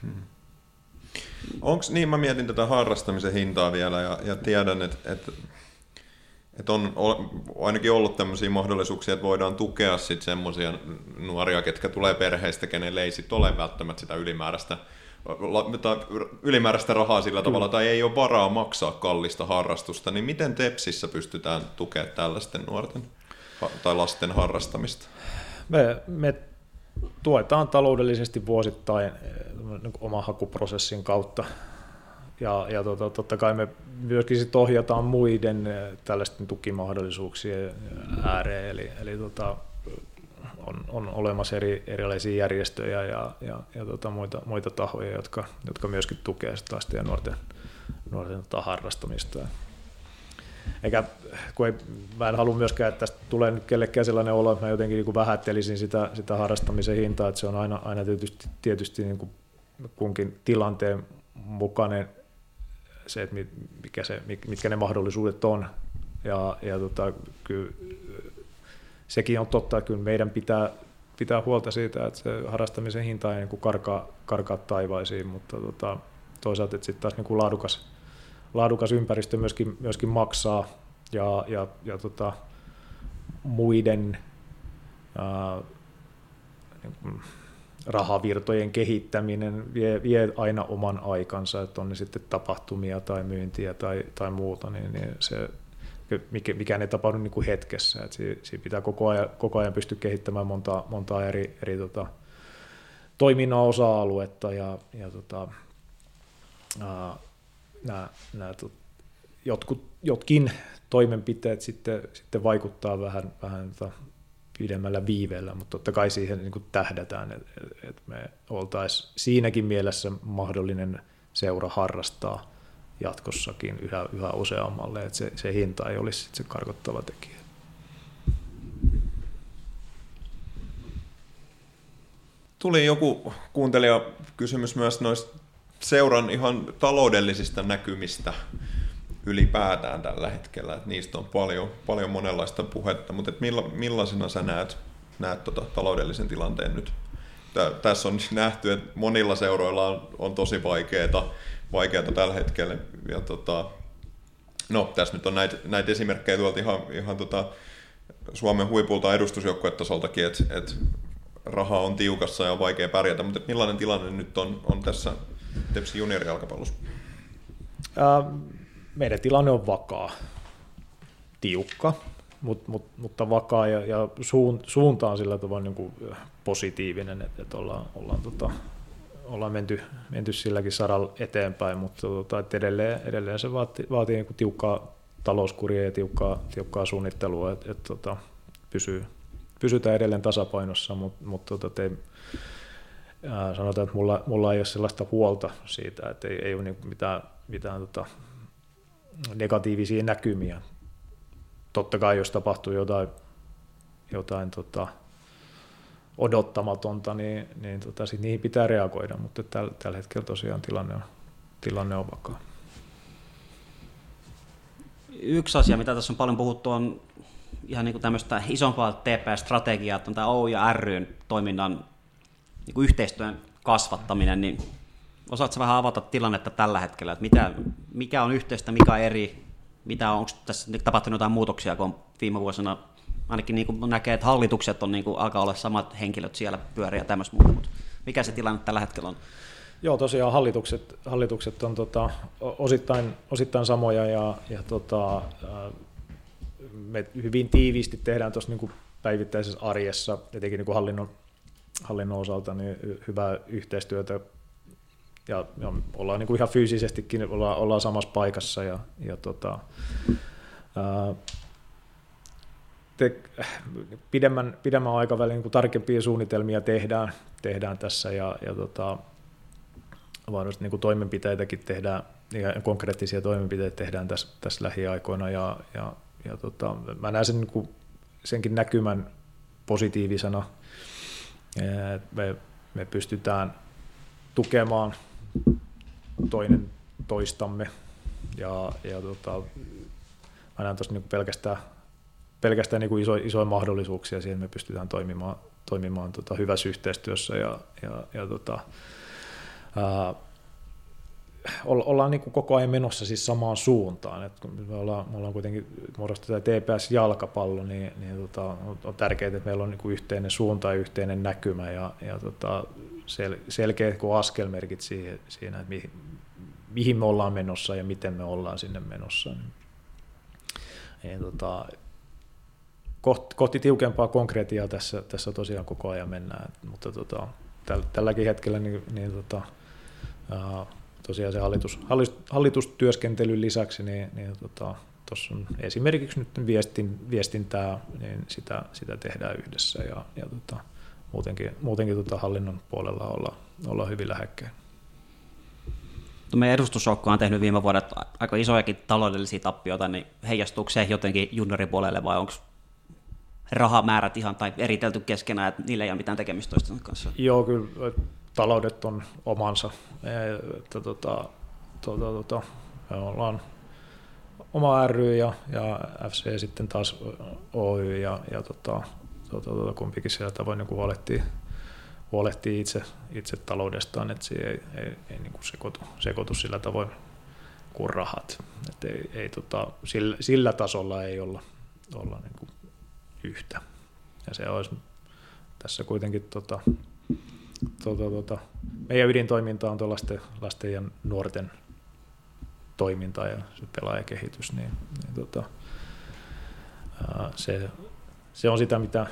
Onks, niin mä mietin tätä harrastamisen hintaa vielä ja tiedän, että on ainakin ollut tämmöisiä mahdollisuuksia, että voidaan tukea sitten semmoisia nuoria, ketkä tulee perheistä, kenelle ei sitten ole välttämättä sitä ylimääräistä rahaa sillä tavalla, tai ei ole varaa maksaa kallista harrastusta, niin miten TEPSissä pystytään tukemaan tällaisten nuorten tai lasten harrastamista? Me tuetaan taloudellisesti vuosittain oman hakuprosessin kautta, ja totta kai me myöskin sit ohjataan muiden tällaisten tukimahdollisuuksien ääreen, eli on olemassa erilaisia järjestöjä ja muita tahoja, jotka myöskin tukevat lasten ja nuorten harrastamista. Eikä, mä en halua myöskään, että tästä tulee nyt kellekään sellainen olo, että mä jotenkin niin vähättelisin sitä harrastamisen hintaa, että se on aina tietysti niin kuin kunkin tilanteen mukainen se, että mitkä ne mahdollisuudet on. Ja kyllä sekin on totta, että kyllä meidän pitää huolta siitä, että se harrastamisen hinta ei niin karkaa taivaisiin, mutta toisaalta että sitten taas niin kuin laadukas ympäristö myöskin maksaa ja muiden niin rahavirtojen kehittäminen vie aina oman aikansa, että on ne sitten tapahtumia tai myyntiä tai muuta, niin se mikä ei tapahdu niin kuin hetkessä. Että siinä pitää koko ajan pystyä kehittämään montaa eri toiminnan osa-aluetta ja jotkin toimenpiteet sitten vaikuttaa vähän pidemmällä viiveellä, mutta totta kai siihen niin kuin tähdätään, että me oltaisiin siinäkin mielessä mahdollinen seura harrastaa jatkossakin yhä useammalle, että se hinta ei olisi se karkottava tekijä. Tuli joku kuuntelijakysymys myös noista seuran ihan taloudellisista näkymistä ylipäätään tällä hetkellä, että niistä on paljon monenlaista puhetta, mutta millaisena sä näet taloudellisen tilanteen nyt? Tässä on nähty, että monilla seuroilla on tosi vaikeata tällä hetkellä. Ja no, tässä nyt on näitä esimerkkejä tuolta ihan Suomen huipulta edustusjoukkuetasoltakin, että raha on tiukassa ja on vaikea pärjätä, mutta millainen tilanne nyt on tässä TEPSin juniorijalkapallossa? Meidän tilanne on vakaa, tiukka, mutta vakaa ja suunta on sillä tavalla niin kuin positiivinen, että ollaan menty silläkin saralla eteenpäin, mutta että edelleen se vaatii niin kuin tiukkaa talouskuria ja tiukkaa suunnittelua, että pysytään edelleen tasapainossa, mutta sanotaan, että mulla ei ole sellaista huolta siitä, että ei ole niin mitään negatiivisia näkymiä. Totta kai jos tapahtuu jotain odottamatonta, niin sit niihin pitää reagoida, mutta tällä hetkellä tosiaan tilanne on vakaa. Yksi asia, mitä tässä on paljon puhuttu, on ihan niin kuin tämmöistä isompaa TP-strategiaa, että on tämä O ja ry:n toiminnan niin kuin yhteistyön kasvattaminen, niin osaatko vähän avata tilannetta tällä hetkellä, että mikä on yhteistä, mikä on eri, onko tässä tapahtunut jotain muutoksia, kun on viime vuosina ainakin niin kuin näkee, että hallitukset on, niin kuin, alkaa olla samat henkilöt siellä pyöriä ja tämmöistä muuta, mutta mikä se tilanne tällä hetkellä on? Joo, tosiaan hallitukset on osittain samoja ja me hyvin tiiviisti tehdään tuossa niin kuin päivittäisessä arjessa, etenkin niin kuin hallinnon osalta, niin hyvää yhteistyötä ja ollaan niin kuin ihan fyysisestikin ollaan samassa paikassa ja pidemmän aikavälin niin kuin tarkempia suunnitelmia tehdään tässä ja varmasti niin kuin toimenpiteitäkin tehdään ja konkreettisia toimenpiteitä tehdään tässä lähiaikoina ja mä näen sen, niin kuin, senkin näkymän positiivisena. Me pystytään tukemaan toinen toistamme ja mä näen tuossa niin pelkästään niin kuin isoja mahdollisuuksia siihen, me pystytään toimimaan hyvässä yhteistyössä ollaan niin kuin koko ajan menossa siis samaan suuntaan. Et kun me ollaan kuitenkin muodostettu TPS-jalkapallo, niin on tärkeää, että meillä on niin kuin yhteinen suunta ja yhteinen näkymä ja selkeät askelmerkit siinä, että mihin me ollaan menossa ja miten me ollaan sinne menossa. Kohti tiukempaa konkretiaa tässä tosiaan koko ajan mennään, mutta tälläkin hetkellä tosiaan se hallitustyöskentelyn lisäksi tuossa on esimerkiksi nyt viestintää, niin sitä tehdään yhdessä ja muutenkin hallinnon puolella ollaan hyvin lähekkäin. Meidän edustusjoukko on tehnyt viime vuodet aika isojakin taloudellisia tappioita, niin heijastuuko se jotenkin junioripuolelle vai onko rahamäärät ihan tai eritelty keskenään, että niillä ei ole mitään tekemistä toisten kanssa? Joo, kyllä taloudet on omansa. Me ollaan oma ry ja FC sitten taas Oy ja kumpikin sieltä voi niin huolehtii itse taloudestaan, että se ei niin kuin sekoitu sillä tavoin kuin rahat. Että sillä tasolla ei olla niin kuin yhtä. Ja se olisi tässä kuitenkin meidän ydintoiminta on lasten ja nuorten toiminta ja se pelaajakehitys, niin se on sitä, mitä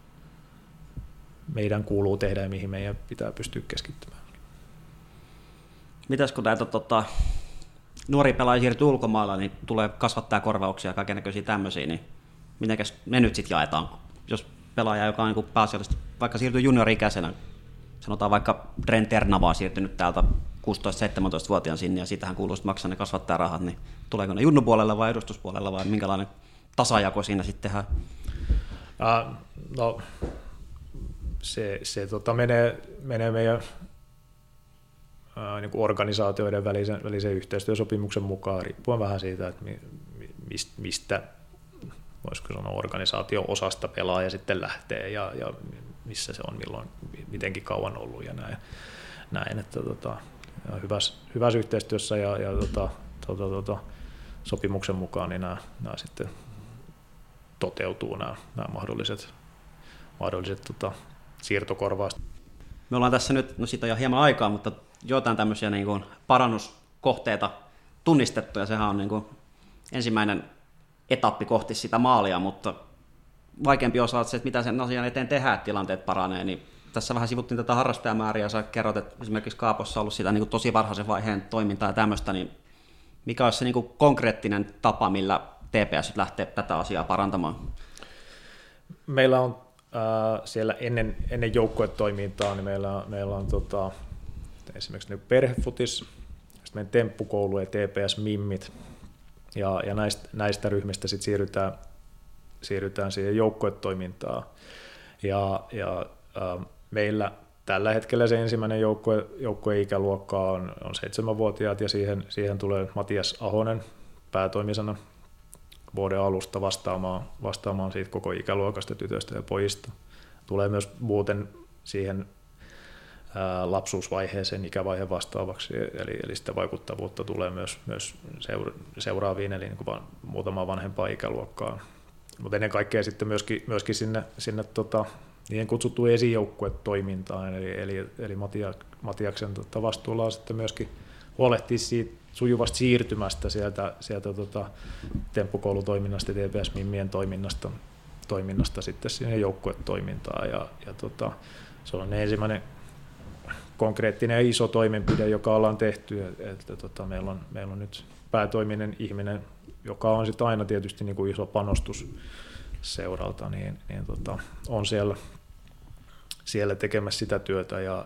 meidän kuuluu tehdä ja mihin meidän pitää pystyä keskittymään. Mitäs kun näitä nuoria pelaajia siirtyy ulkomailla, niin tulee kasvattaa korvauksia ja kaikennäköisiä tämmöisiä, niin mitenkäs me nyt sitten jaetaan? Jos pelaaja, joka on niin pääasiallisesti vaikka siirtyy juniori-ikäisenä, sanotaan vaikka Dren Ternava on siirtynyt täältä 16-17-vuotiaan sinne ja siitähän kuuluu maksaa ne kasvattaa rahat, niin tuleeko ne junnupuolella vai edustuspuolella vai minkälainen tasajako siinä sitten tehdään? No, se menee meidän niin kuin organisaatioiden välisen yhteistyösopimuksen mukaan, riippuen vähän siitä, että mistä voisiko sanoa organisaatio-osasta pelaaja sitten lähtee ja missä se on milloin mitenkin kauan ollut ja näin että hyvässä yhteistyössä ja sopimuksen mukaan niin nämä sitten toteutuu nämä mahdolliset siirtokorvaukset. Me ollaan tässä nyt, no siitä on jo hieman aikaa, mutta jotain tämmöisiä niin kuin parannuskohteita tunnistettu, ja sehän on niin kuin ensimmäinen etappi kohti sitä maalia, mutta vaikeampi osa on se, että mitä sen asian eteen tehdään, että tilanteet paranee, niin tässä vähän sivuttiin tätä harrastajamääriä, ja sä kerrot, että esimerkiksi Kaapossa on ollut sitä niin kuin tosi varhaisen vaiheen toimintaa ja tämmöistä, niin mikä olisi se niin kuin konkreettinen tapa, millä TPS lähtee tätä asiaa parantamaan? Meillä on siellä ennen joukkuetoimintaa, niin meillä on esimerkiksi niin perhefutis, sitten meidän temppukoulu ja TPS-mimmit, ja näistä ryhmistä sitten siirrytään siihen joukkuetoimintaan. Ja meillä tällä hetkellä se ensimmäinen joukkueikäluokka on 7-vuotiaat, ja siihen tulee Matias Ahonen päätoimisena vuoden alusta vastaamaan siitä koko ikäluokasta, tytöistä ja pojista. Tulee myös muuten siihen lapsuusvaiheeseen ikävaiheen vastaavaksi, eli sitä vaikuttavuutta tulee myös seuraaviin, eli niin kuin muutamaan vanhempaan ikäluokkaan. Mutta ennen kaikkea sitten myöskin sinne niihin kutsuttuun esijoukkuetoimintaan, eli Matiaksen vastuulla on sitten myöskin huolehtia siitä sujuvasta siirtymästä sieltä temppukoulutoiminnasta ja TPS-mimmien toiminnasta sitten sinne joukkuetoimintaan. Ja se on ensimmäinen konkreettinen ja iso toimenpide, joka ollaan tehty, että meillä on nyt päätoiminen ihminen, joka on sitten aina tietysti niin kuin iso panostus seuralta, niin on siellä tekemässä sitä työtä, ja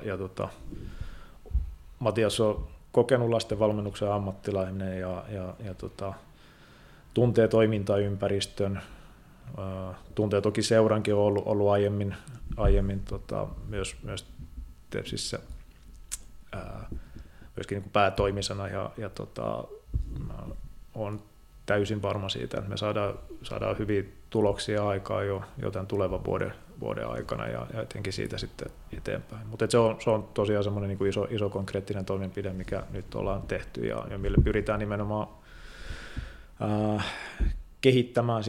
Matias on kokenut lastenvalmennuksen ammattilainen ja tuntee toimintaympäristön, tuntee toki seurankin, on ollut aiemmin myös Tepsissä myöskin niin kuin päätoimisena ja olen täysin varma siitä, että me saadaan hyviä tuloksia aikaa jo tämän tulevan vuoden aikana ja etenkin siitä sitten eteenpäin. Mutta se on tosiaan semmoinen niin kuin iso konkreettinen toimenpide, mikä nyt ollaan tehty ja millä pyritään nimenomaan kehittämään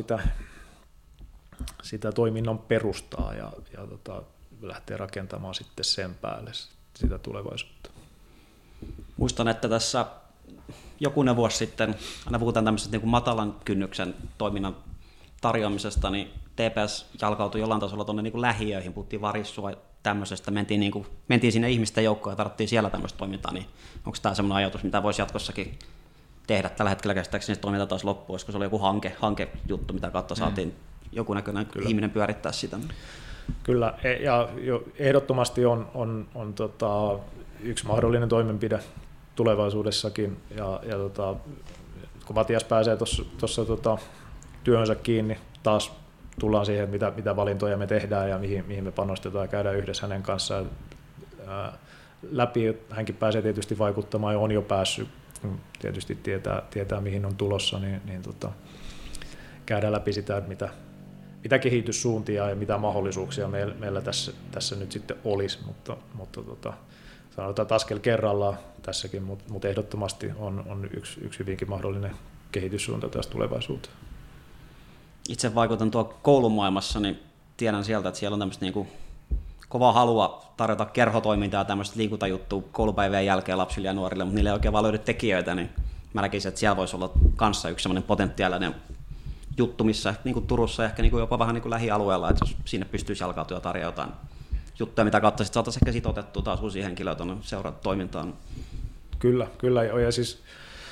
sitä toiminnan perustaa ja lähteä rakentamaan sitten sen päälle sitä tulevaisuutta. Muistan, että tässä jokunen vuosi sitten, aina puhutaan tämmöisestä niin kuin matalan kynnyksen toiminnan tarjoamisesta, niin TPS jalkautui jollain tasolla tuonne niin kuin lähiöihin, puhuttiin Varissua tämmöisestä, mentiin sinne ihmisten joukkoon ja tarvittiin siellä tämmöistä toimintaa, niin onko tämä semmoinen ajatus, mitä voisi jatkossakin tehdä? Tällä hetkellä käsittääkseni toiminta taas loppuu, koska se oli joku hankejuttu, mitä kautta saatiin joku näköinen ihminen pyörittää sitä. Kyllä, ja ehdottomasti on yksi mahdollinen toimenpide tulevaisuudessakin, ja kun Matias pääsee tuossa työhönsä kiinni, taas tullaan siihen, mitä valintoja me tehdään ja mihin me panostetaan ja käydään yhdessä hänen kanssaan läpi. Hänkin pääsee tietysti vaikuttamaan ja on jo päässyt, tietysti tietää mihin on tulossa, niin käydään läpi sitä, että mitä kehityssuuntia ja mitä mahdollisuuksia meillä tässä nyt sitten olisi, mutta sanotaan, että askel kerrallaan tässäkin, mutta ehdottomasti on yksi hyvinkin mahdollinen kehityssuunta tässä tulevaisuuteen. Itse vaikutan tuolla koulumaailmassa, niin tiedän sieltä, että siellä on tämmöistä niin kuin kovaa halua tarjota kerhotoimintaa ja tämmöistä liikuntajuttua koulupäivien jälkeen lapsille ja nuorille, mutta niille ei oikein vaan löydy tekijöitä, niin mä näkisin, että siellä voisi olla kanssa yksi semmoinen potentiaalinen juttu, missä niin kuin Turussa ehkä niin kuin jopa vähän niin kuin lähialueella, että jos sinne pystyisi jalkautua ja tarjota jotain juttuja, mitä kautta sitten saataisiin ehkä sitoutettua taas uusia henkilöitä tuonne seuratoimintaan. Kyllä, ja siis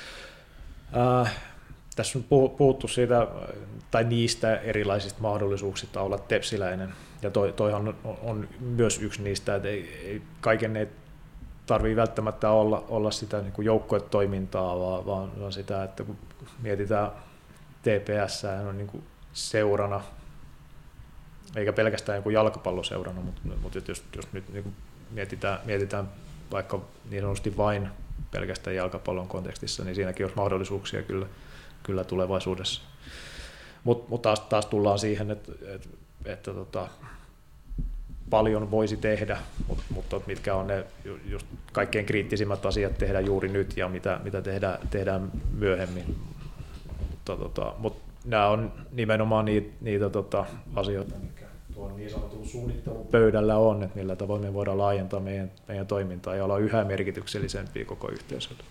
tässä on puhuttu siitä, tai niistä erilaisista mahdollisuuksista olla tepsiläinen, ja toihan on myös yksi niistä, että ei kaiken ei tarvitse välttämättä olla sitä niin kuin joukkuetoimintaa, vaan sitä, että kun mietitään TPS on niin kuin seurana, eikä pelkästään joku jalkapalloseurana, mutta jos nyt niin kuin mietitään vaikka niin sanotusti vain pelkästään jalkapallon kontekstissa, niin siinäkin olisi mahdollisuuksia kyllä tulevaisuudessa. Mutta taas tullaan siihen, että paljon voisi tehdä, mutta mitkä on ne just kaikkein kriittisimmät asiat tehdä juuri nyt ja mitä tehdään myöhemmin. Mutta nämä on nimenomaan niitä asioita, mitkä tuon niin sanotun suunnittelupöydällä on, että millä tavoin me voidaan laajentaa meidän toimintaa ja olla yhä merkityksellisempiä koko yhteisölle.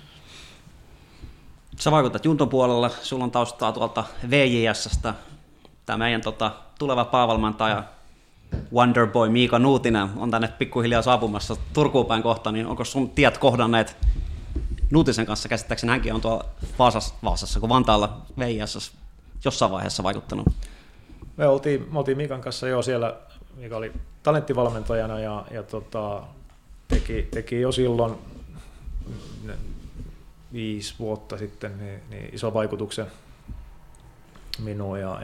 Sä vaikutat Junton puolella, sulla on taustaa tuolta VJS:stä. Tämä meidän tuleva päävalmentaja Wonderboy Miika Nuutinen on tänne pikkuhiljaa saapumassa Turkuun päin kohta, niin onko sun tiet kohdanneet Nuutisen kanssa? Käsittääkseni hänkin on tuolla Vaasassa kuin Vantaalla VJS:ssä jossain vaiheessa vaikuttanut. Me oltiin Miikan kanssa jo siellä, Miika oli talenttivalmentajana ja teki jo silloin 5 vuotta sitten niin iso vaikutuksen minuun ja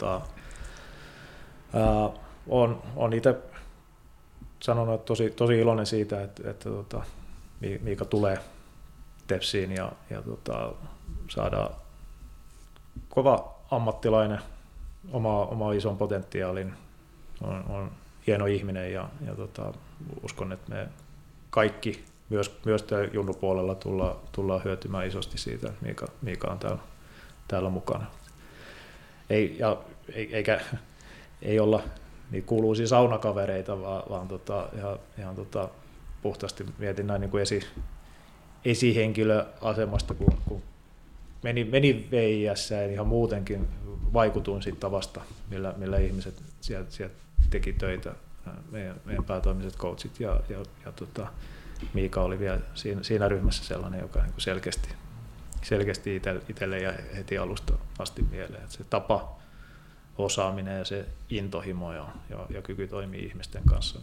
on itse sanonut, että tosi iloinen siitä, että Miika tulee Tepsiin ja saadaan kova ammattilainen, oma ison potentiaalin, on hieno ihminen ja uskon, että me kaikki myös täällä junnupuolella tullaan hyötymään isosti siitä, että Miika on täällä mukana. Ei olla niin kuuluisia saunakavereita, vaan ihan puhtaasti mietin näin niin kuin esihenkilöasemasta, kun meni VIS:ään ihan muutenkin vaikutuin siitä tavasta, millä ihmiset sieltä teki töitä, meidän päätoimiset coachit ja Miika oli vielä siinä ryhmässä sellainen, joka niin kuin selkeästi itselle ja heti alusta asti mieleen. Että se tapa, osaaminen ja se intohimo ja kyky toimia ihmisten kanssa,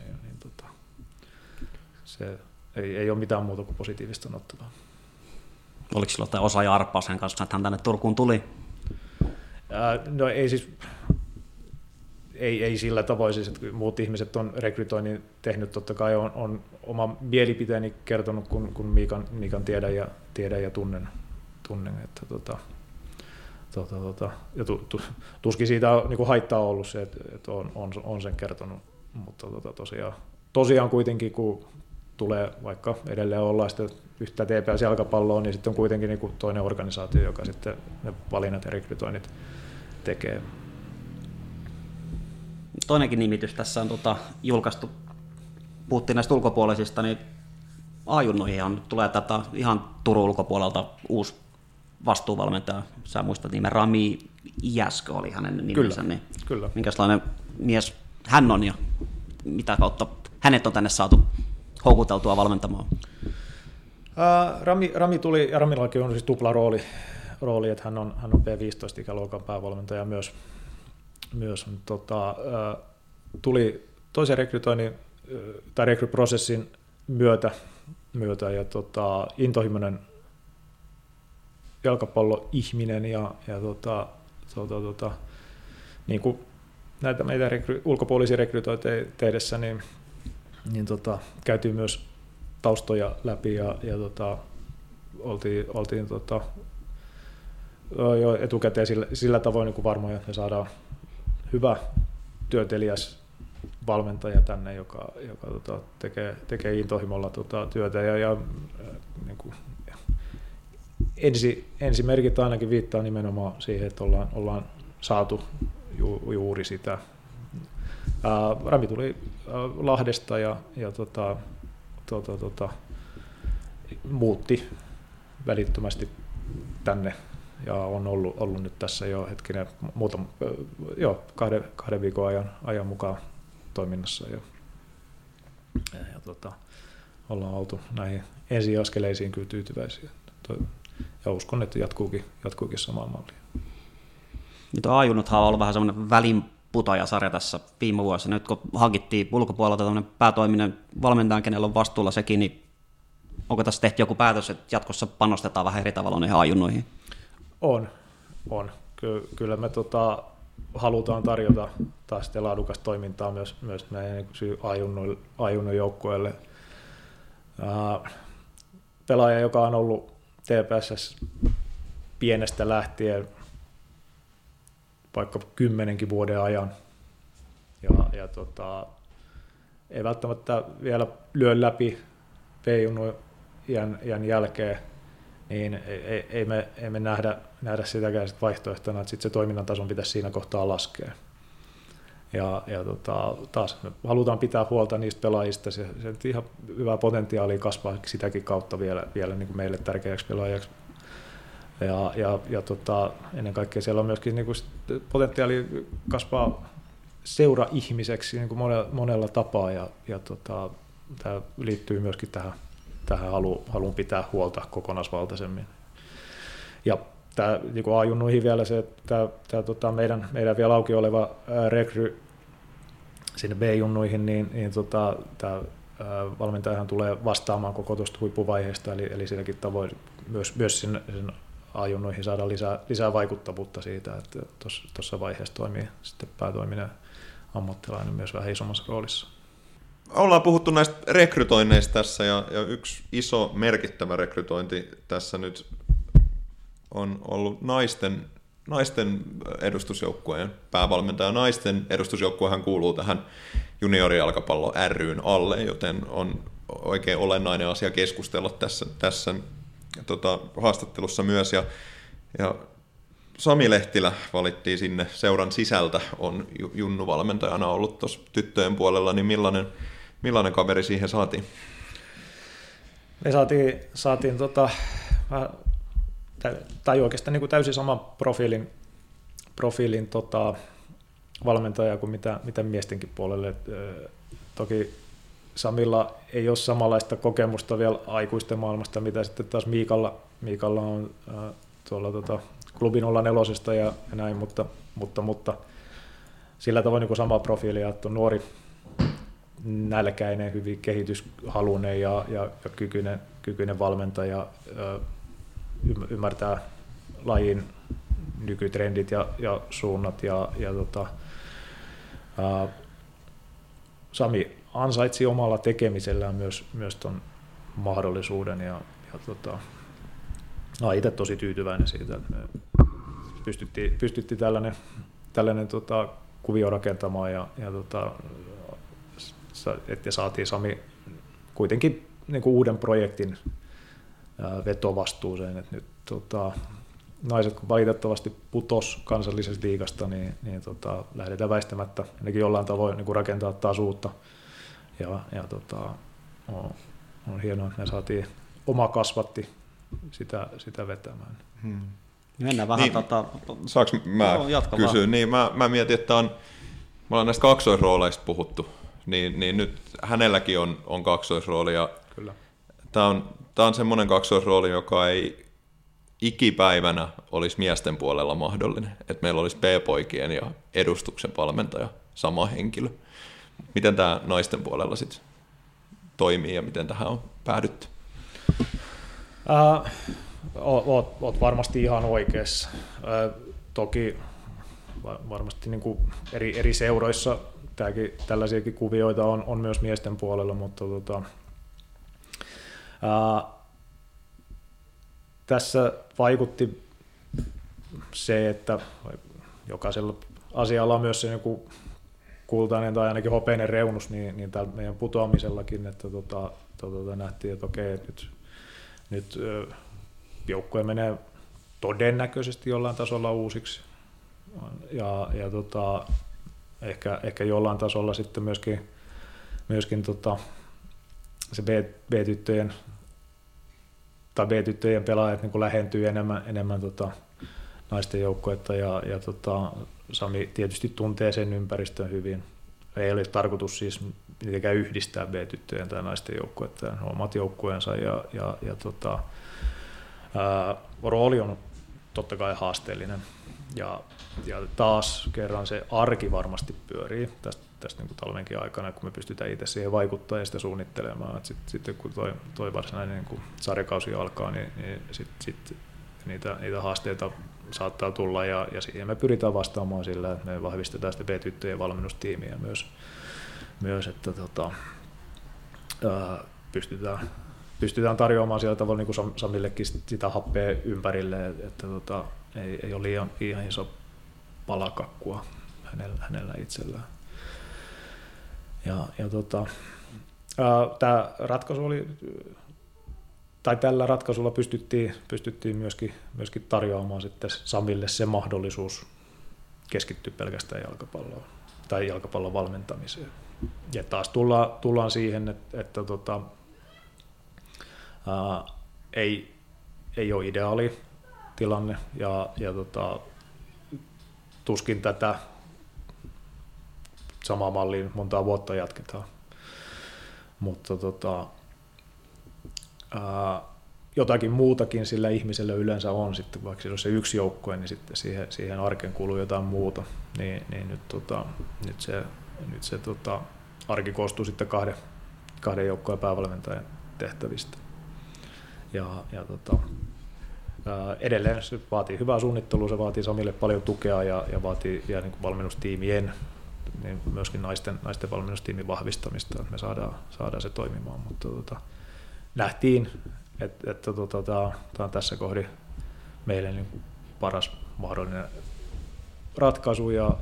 se ei ole mitään muuta kuin positiivista sanottavaa. Oliko silloin jotain osaaja arppaa sen kanssa, että hän tänne Turkuun tuli? No ei siis, ei sillä tavoin, siis, että muut ihmiset on rekrytoinnin tehnyt, totta kai on oma mielipiteeni kertonut, kun Miikan tiedän ja tunnen että ja tuskin siitä on niin haittaa ollut se, että on sen kertonut, mutta tosiaan kuitenkin, kun tulee vaikka edelleen olla sitä yhtä TPS-jalkapalloa, niin sitten on kuitenkin niin kuin toinen organisaatio, joka sitten ne valinnat ja rekrytoinnit tekee. Toinenkin nimitys tässä on julkaistu, puhuttiin näistä ulkopuolisista, niin A-junnuihin tulee tätä ihan Turun ulkopuolelta uusi vastuuvalmentaja. Sä muistat nimen Rami Jäskö oli hänen nimensä. Kyllä. Minkälainen mies hän on ja mitä kautta hänet on tänne saatu houkuteltua valmentamaan? Rami tuli, ja Ramillakin on siis tupla rooli, että hän on P15-ikäluokan päävalmentaja myös tuli toisen rekrytoinnin tai rekryprosessin myötä ja intohimoinen jalkapalloihminen ja niin kuin näitä meitä ulkopuolisia rekrytointeja tehdessä, niin käytiin myös taustoja läpi ja oltiin jo etukäteen sillä tavoin niin kuin varmoja, että me saadaan hyvä työteliäs valmentaja tänne, joka tekee intohimolla työtä ja niin kuin ensi merkit ainakin viittaa nimenomaan siihen, että ollaan saatu juuri sitä. Rami tuli Lahdesta ja muutti välittömästi tänne ja on ollut nyt tässä jo hetkinen kahden viikon ajan mukaan toiminnassa ja ollaan oltu näihin ensiaskeleisiin kyllä tyytyväisiä ja uskon, että jatkuukin samaan malliin. Nyt A-junnuthan on ollut vähän semmoinen välinputajasarja tässä viime vuosina. Nyt kun hankittiin ulkopuolelta tämmöinen päätoiminen valmentaja, kenellä on vastuulla sekin, niin onko tässä tehty joku päätös, että jatkossa panostetaan vähän eri tavalla noihin A-junnuihin? On. Kyllä me halutaan tarjota taas laadukasta toimintaa myös meidän A-junnun joukkueelle. Pelaaja, joka on ollut TPS:ssä pienestä lähtien vaikka 10 vuoden ajan ja ei välttämättä vielä lyö läpi P-junnun iän jälkeen, niin ei me nähdä sitäkään sit vaihtoehtona, että sit se toiminnan tason pitäisi siinä kohtaa laskea. Ja taas me halutaan pitää huolta niistä pelaajista, se ihan hyvää potentiaalia kasvaa sitäkin kautta vielä niin kuin meille tärkeäksi pelaajaksi. Ja ennen kaikkea siellä on myöskin niin kuin potentiaali kasvaa seura-ihmiseksi niin kuin monella tapaa ja tämä liittyy myöskin tähän haluun pitää huolta kokonaisvaltaisemmin. Ja tämä niin kuin A-junnuihin vielä se, että meidän vielä auki oleva rekry sinne B-junnuihin, niin tämä valmentajahan tulee vastaamaan koko tuosta huippuvaiheesta, eli silläkin tavoin myös sen A-junnuihin saada lisää vaikuttavuutta siitä, että tuossa vaiheessa toimii sitten päätoiminen ammattilainen myös vähän isommassa roolissa. Ollaan puhuttu näistä rekrytoinneista tässä ja yksi iso merkittävä rekrytointi tässä nyt on ollut naisten edustusjoukkueen päävalmentaja. Naisten edustusjoukkuehan kuuluu tähän juniorijalkapallo ry:n alle, joten on oikein olennainen asia keskustella tässä haastattelussa myös. Ja Sami Lehtilä valittiin sinne seuran sisältä, on junnuvalmentajana ollut tuossa tyttöjen puolella, niin millainen kaveri siihen saatiin? Me saatiin tai oikeastaan niin kuin täysin saman profiilin valmentaja kuin mitä miestenkin puolelle. Toki Samilla ei ole samanlaista kokemusta vielä aikuisten maailmasta, mitä sitten taas Miikalla on tuolla klubin 04 ja näin, mutta sillä tavoin niin sama profiili, että on nuori, nälkäinen, hyvin kehityshaluinen ja kykyinen valmentaja, ymmärtää lajin nykytrendit ja suunnat ja Sami ansaitsi omalla tekemisellään myös ton mahdollisuuden ja olen itse tosi tyytyväinen siitä, että me pystyttiin tällainen kuvio rakentamaan ja saatiin Sami kuitenkin niin kuin uuden projektin vetovastuuseen. Et nyt naiset kun valitettavasti putos kansallisesta liigasta, niin lähdetään väistämättä ainakin jollain tavoin niin kuin rakentaa taas uutta. On hienoa, että me saatiin oma kasvatti sitä vetämään. Mennään vähän niin, saanko mä kysyä? Niin, mä mietin, että me ollaan näistä kaksoisrooleista puhuttu, niin nyt hänelläkin on kaksoisrooli. Ja kyllä. Tämä on semmoinen kaksoisrooli, joka ei ikipäivänä olisi miesten puolella mahdollinen, että meillä olisi B-poikien ja edustuksen valmentaja sama henkilö. Miten tämä naisten puolella sitten toimii ja miten tähän on päädytty? Oot varmasti ihan oikeassa. Toki varmasti niin kuin eri seuroissa tällaisiakin kuvioita on myös miesten puolella, mutta tässä vaikutti se, että jokaisella asialla on myös se joku kultainen tai ainakin hopeinen reunus, niin tällä meidän putoamisellakin, että nähtiin, että okei, että nyt joukkue menee todennäköisesti jollain tasolla uusiksi ja ehkä jollain tasolla sitten myöskin se B-tyttöjen tai B-tyttöjen pelaajat niin kuin lähentyy enemmän naisten joukkuetta ja Sami tietysti tuntee sen ympäristön hyvin. Ei ole tarkoitus siis mitenkään yhdistää B-tyttöjen tai naisten joukkuetta, ne omat joukkueensa ja rooli on totta kai haasteellinen ja taas kerran se arki varmasti pyörii tästä niin kuin talvenkin aikana, kun me pystytään itse siihen vaikuttamaan ja sitä suunnittelemaan. Sitten kun toi varsinainen niin kuin sarjakausi alkaa, niin sit niitä haasteita saattaa tulla ja siihen me pyritään vastaamaan sillä, että me vahvistetaan sitä B-tyttöjen valmennustiimiä myös että pystytään tarjoamaan sillä tavalla niin kuin Samillekin sitä happea ympärille, että ei ole liian iso palakakkua hänellä itsellään. Tämä ratkaisu oli, tai tällä ratkaisulla pystyttiin myöskin tarjoamaan sitten Samille se mahdollisuus keskittyä pelkästään jalkapalloon tai jalkapallon valmentamiseen. Ja taas tullaan siihen, että ei ole ideaali tilanne ja tuskin tätä samaa malliin montaa vuotta jatketaan. Mutta jotakin muutakin sillä ihmisellä yleensä on, sitten, vaikka se on se yksi joukkue, niin sitten siihen arkeen kuuluu jotain muuta. Niin nyt se arki koostuu sitten kahden joukkueen päävalmentajan tehtävistä. Edelleen se vaatii hyvää suunnittelua, se vaatii Samille paljon tukea ja vaatii vielä niin kuin valmennustiimien, niin myöskin naisten valmennustiimin vahvistamista, että me saadaan se toimimaan. Mutta nähtiin, että tämä on tässä kohdin meille niin paras mahdollinen ratkaisu ja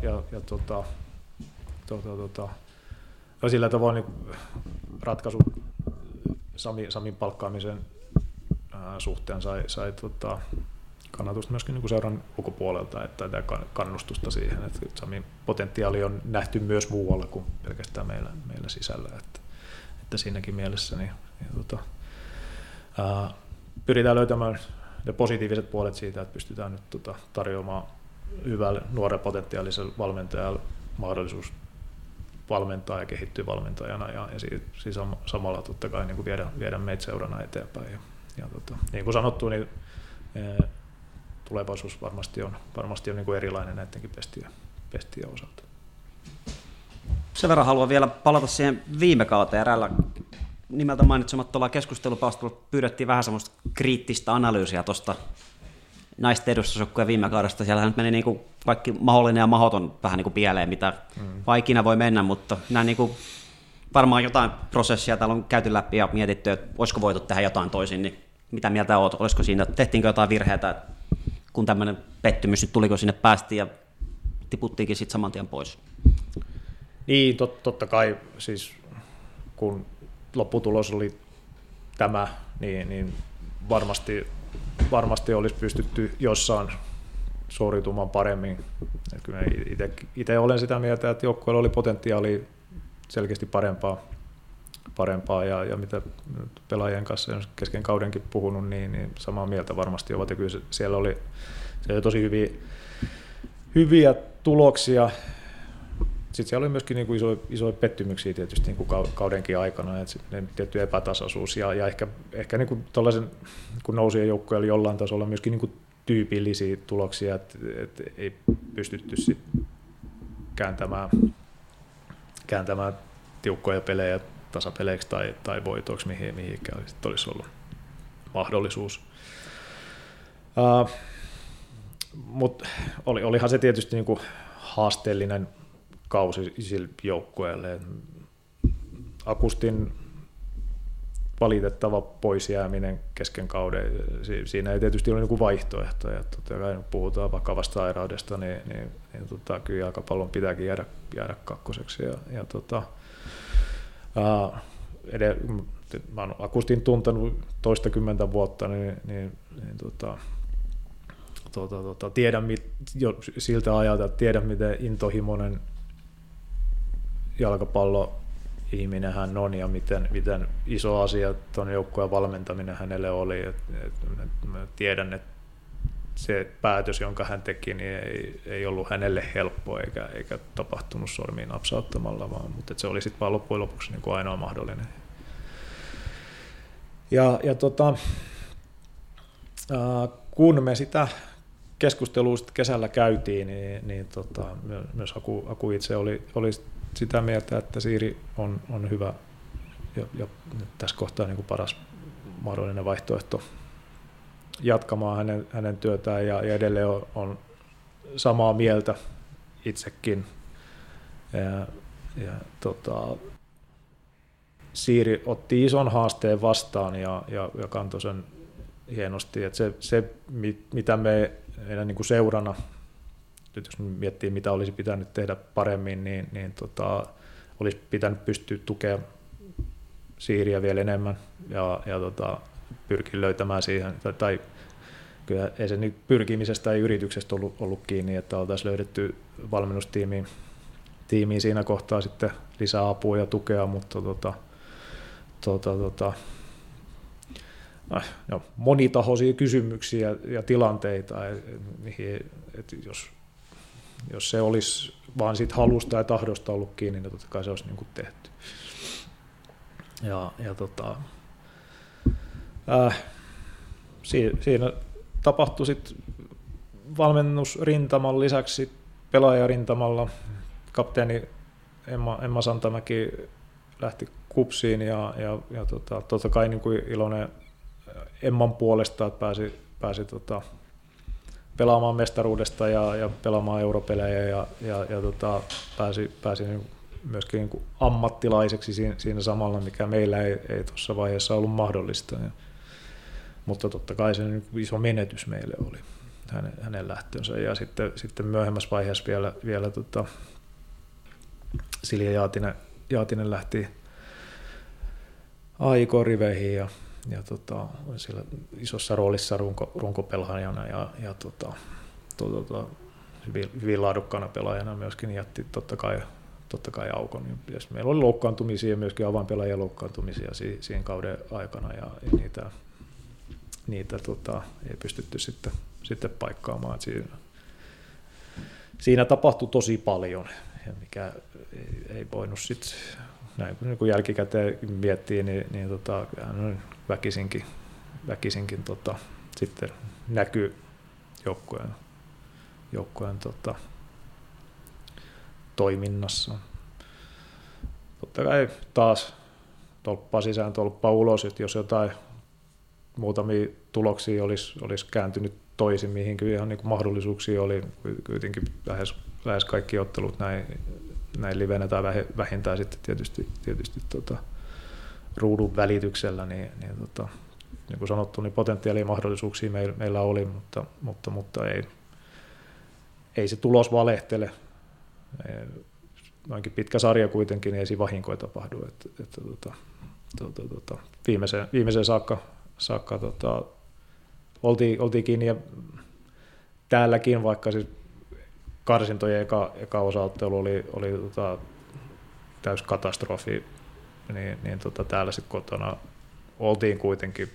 sillä tavoin niin ratkaisu Samin palkkaamisen suhteen sai kannatusta myöskin niin kuin seuran ulkopuolelta, että kannustusta siihen, että Samin potentiaali on nähty myös muualla kuin pelkästään meillä sisällä, että siinäkin mielessä niin pyritään löytämään ne positiiviset puolet siitä, että pystytään nyt tarjoamaan hyvälle nuoren potentiaaliselle valmentajalle mahdollisuus valmentaa ja kehittyä valmentajana ja siis samalla totta kai niin kuin viedä meitä seurana eteenpäin. Ja niin kuin sanottu, niin tulevaisuus varmasti on niin kuin erilainen näidenkin pestien osalta. Sen verran haluan vielä palata siihen viime kauteen. Eräällä nimeltä mainitsemattomalla keskustelupalstalla pyydettiin vähän semmoista kriittistä analyysiä tuosta naisten edustusjoukkueen viime kaudesta. Siellähän meni niin kuin kaikki mahdollinen ja mahdoton vähän niin kuin pieleen, mitä vaikina voi mennä, mutta nämä niin kuin varmaan jotain prosessia täällä on käyty läpi ja mietitty, että olisiko voitu tehdä jotain toisin, niin mitä mieltä olet? Olisiko siinä, tehtiinkö jotain virheitä, kun tämmöinen pettymys nyt tuliko sinne päästiin ja tiputtiinkin sitten saman tien pois? Niin, totta kai siis kun lopputulos oli tämä, niin varmasti olisi pystytty jossain suoritumaan paremmin. Kyllä itse olen sitä mieltä, että joukkueella oli potentiaalia selkeästi parempaa ja mitä pelaajien kanssa kesken kaudenkin puhunut, niin samaa mieltä varmasti ovat. Ja kyllä siellä oli tosi hyviä tuloksia. Sitten siellä oli myöskin niin kuin isoja pettymyksiä tietysti niin kuin kaudenkin aikana, että tietty epätasaisuus ja ehkä niin kuin tällaisen, kun nousien joukkueella jollain tasolla myöskin niin kuin tyypillisiä tuloksia, että ei pystytty sitten kääntämään tiukkoja pelejä tasapeleiksi tai voitoiksi, mihinkään olisi ollut mahdollisuus. Mutta olihan se tietysti niin kuin haasteellinen kausi sille joukkueelle. Akustin valitettava pois jääminen kesken kauden, siinä ei tietysti ole niin vaihtoehtoja. Totta kai puhutaan vakavasta sairaudesta, niin kyllä jalkapallon pitääkin jäädä kakkoseksi. Mä oon Akustin tuntenut toistakymmentä vuotta, niin tiedän jo siltä ajalta, että tiedän miten intohimoinen jalkapalloihminen hän on ja miten iso asia tuon joukkueen valmentaminen hänelle oli. Mä tiedän, että se päätös, jonka hän teki, niin ei ollut hänelle helppo eikä tapahtunut sormiin napsauttamalla, mutta se oli sitten vaan loppujen lopuksi niin kuin ainoa mahdollinen. Kun me sitä keskustelua kesällä käytiin, niin myös Aku itse oli sitä mieltä, että Siiri on hyvä ja tässä kohtaa niin kuin paras mahdollinen vaihtoehto jatkamaan hänen työtään ja edelleen on samaa mieltä itsekin. Siiri otti ison haasteen vastaan ja kantoi sen hienosti, että se mitä meidän niin kuin seurana, nyt jos miettii mitä olisi pitänyt tehdä paremmin, niin olisi pitänyt pystyä tukemaan Siiriä vielä enemmän ja pyrkiä löytämään siihen, tai kyllä ei se nyt pyrkimisestä ei yrityksestä ollut kiinni, että oltaisiin löydetty valmennustiimiin siinä kohtaa sitten lisää apua ja tukea, mutta monitahoisia kysymyksiä ja tilanteita, että jos se olisi vaan siitä halusta ja tahdosta ollut kiinni, niin totta kai se olisi niin kuin tehty. Siinä tapahtui sitten valmennusrintaman lisäksi pelaajarintamalla. Kapteeni Emma Santamäki lähti KuPSiin ja totta kai niin kuin iloinen Emman puolesta, että pääsi pelaamaan mestaruudesta ja pelaamaan europelejä ja pääsi myöskin niin kuin ammattilaiseksi siinä samalla, mikä meillä ei tuossa vaiheessa ollut mahdollista. Mutta totta kai se iso menetys meille oli hänen lähtönsä ja sitten myöhemmässä vaiheessa vielä Silja Jaatinen lähti AIK-riveihin ja sillä isossa roolissa runkopelaajana ja hyvin laadukkaana pelaajana myöskin jätti totta kai aukon. Meillä oli loukkaantumisia, myöskin avainpelaajien loukkaantumisia siinä kauden aikana ja niitä ei pystytty sitten paikkaamaan. Siinä tapahtui tosi paljon, mikä ei voinut sitten, näin kun jälkikäteen miettii, niin väkisinkin sitten näkyy joukkueen toiminnassa. Totta kai taas tolppaa sisään, tolppaa ulos, että jos jotain muutamia tuloksia olisi kääntynyt toisin, mihin kyllä ihan niin kuin mahdollisuuksia oli kuitenkin lähes kaikki ottelut näin livenä tai vähintään sitten tietysti ruudun välityksellä, niin kuin sanottu, niin potentiaalia ja mahdollisuuksia meillä oli, mutta ei se tulos valehtele. Noinkin pitkä sarja kuitenkin, niin ei siinä vahinkoja tapahdu. Viimeiseen saakka oltiin kiinni ja täälläkin, vaikka siis karsintojen eka osaottelu oli täys katastrofi, niin täällä sitten kotona oltiin kuitenkin,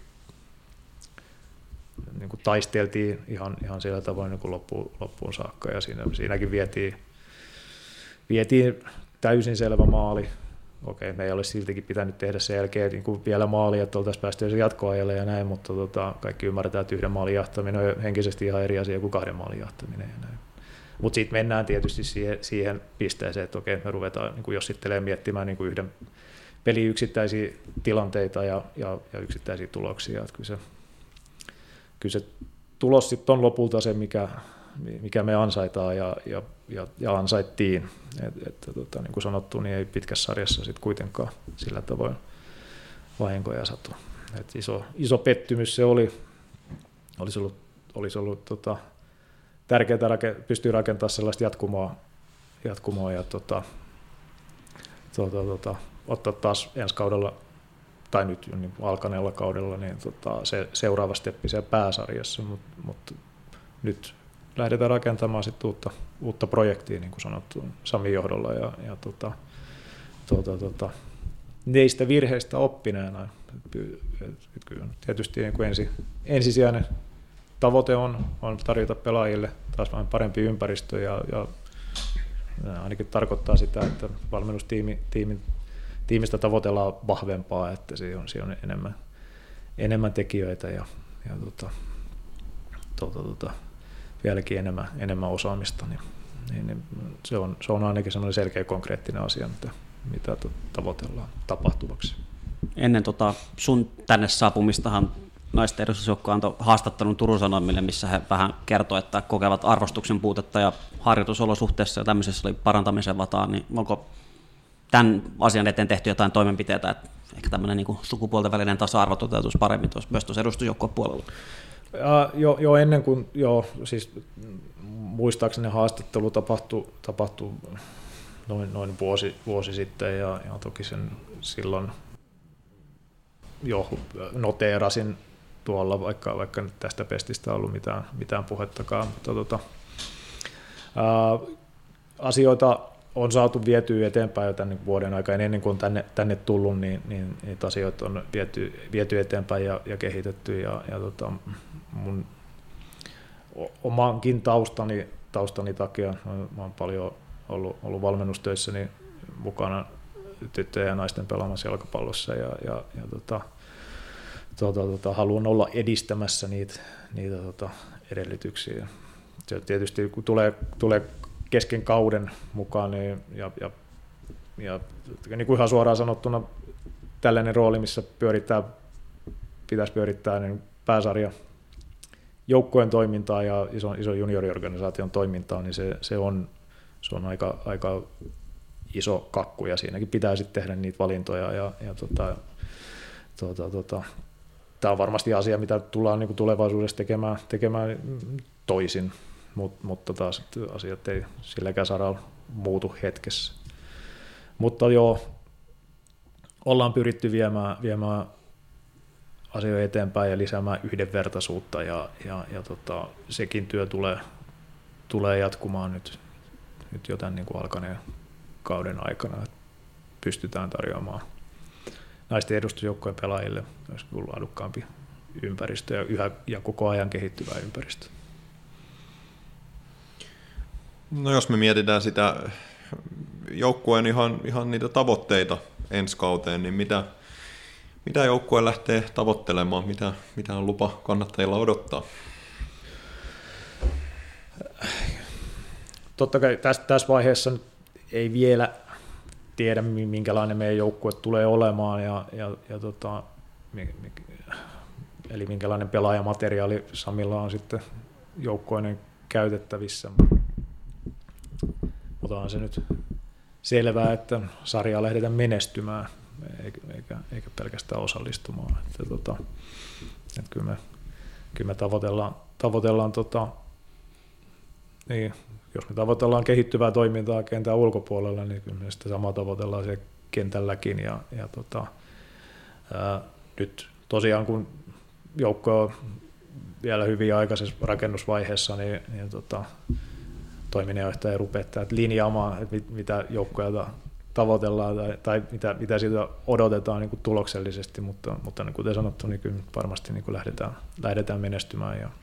niin kuin taisteltiin ihan sillä tavoin niin kuin loppuun saakka, ja siinäkin vietiin täysin selvä maali. Okei, me ei ole siltikin pitänyt tehdä sen jälkeen niin kuin vielä maali, että oltaisiin päästy jatkoajalle ja näin, mutta kaikki ymmärretään, että yhden maalin jahtaminen on henkisesti ihan eri asia kuin 2 maalin jahtaminen ja näin. Mutta sitten mennään tietysti siihen pisteeseen, että okei, me ruvetaan niin jossittelemaan miettimään niin kuin yhden pelin yksittäisiä tilanteita ja yksittäisiä tuloksia. Että kyllä se tulos sitten on lopulta se, mikä me ansaitaan ja ansaittiin. Niin kuin sanottu, niin ei pitkässä sarjassa sit kuitenkaan sillä tavoin vahinkoja satu. Et iso pettymys se oli. Olisi ollut tärkeää pystyä rakentamaan sellaista jatkumoa ja ottaa taas ensi kaudella tai nyt niin alkaneella kaudella niin se seuraava steppi siellä pääsarjassa, mutta nyt lähdetään rakentamaan sit uutta projektia, niin kuin sanottu, Samin johdolla ja niistä virheistä oppineena. Kyllä tietysti niin kuin ensisijainen tavoite on tarjota pelaajille taas vain parempi ympäristö ja ainakin tarkoittaa sitä, että valmennustiimistä tavoitellaan vahvempaa, että se on enemmän tekijöitä ja vieläkin enemmän osaamista, niin se on ainakin sellainen selkeä konkreettinen asia, mitä tavoitellaan tapahtuvaksi. Ennen sun tänne saapumistahan naisten edustusjoukko antoi haastattelun Turun Sanomille, missä he vähän kertoivat, että kokevat arvostuksen puutetta ja harjoitusolosuhteissa ja tämmöisessä oli parantamisen vataa, niin onko tämän asian eteen tehty jotain toimenpiteitä, että ehkä tämmöinen niin kuin sukupuolten välinen tasa-arvo toteutuisi paremmin myös tuossa edustusjoukkoon puolella? Jo ennen kuin, siis muistaakseni haastattelu tapahtui noin vuosi sitten ja toki sen silloin jo noteerasin tuolla, vaikka nyt tästä pestistä on ollut mitään puhettakaan, mutta asioita on saatu vietyä eteenpäin jo tämän vuoden aikana, ennen kuin on tänne tullut, niin asioita on viety eteenpäin ja kehitetty ja mun omankin taustani takia, mä oon paljon ollut valmennustöissäni mukana tyttöjen ja naisten pelaamassa jalkapallossa ja haluan olla edistämässä niitä edellytyksiä. Se tietysti kun tulee kesken kauden mukaan niin, ja niin kuin ihan suoraan sanottuna tällainen rooli, missä pitäisi pyörittää niin pääsarja joukkojen toimintaa ja iso junioriorganisaation toimintaa, niin se on aika iso kakku ja siinäkin pitää sitten tehdä niitä valintoja tämä on varmasti asia, mitä tullaan niin kuin tulevaisuudessa tekemään toisin, mutta taas asiat ei silläkään saralla muutu hetkessä. Mutta ollaan pyritty viemään asioita eteenpäin ja lisäämään yhdenvertaisuutta ja sekin työ tulee jatkumaan nyt jo tämän niin kuin alkaneen kauden aikana, että pystytään tarjoamaan naisten edustusjoukkojen pelaajille myös laadukkaampi ympäristö ja koko ajan kehittyvä ympäristö. No jos me mietitään sitä joukkueen ihan niitä tavoitteita ensi kauteen, niin mitä joukkue lähtee tavoittelemaan, mitä on lupa kannattajilla odottaa? Totta kai tässä vaiheessa ei vielä tiedä, minkälainen meidän joukkue tulee olemaan eli minkälainen pelaajamateriaali Samilla on sitten joukkoinen käytettävissä. Mutta on se nyt selvää, että sarjaa lähdetään menestymään, eikä pelkästään osallistumaan. Että kyllä me tavoitellaan niin, jos me tavoitellaan kehittyvää toimintaa kentän ulkopuolella, niin kyllä me sitä samaa tavoitellaan siellä kentälläkin. Nyt tosiaan kun joukko on vielä hyvin aikaisessa rakennusvaiheessa, niin toiminnanjohtaja rupeaa linjaamaan, että mitä joukkoja tavoitellaan tai mitä siitä odotetaan niin kuin tuloksellisesti, mutta niin kuten sanottu, niin kyllä varmasti niin kuin lähdetään menestymään ja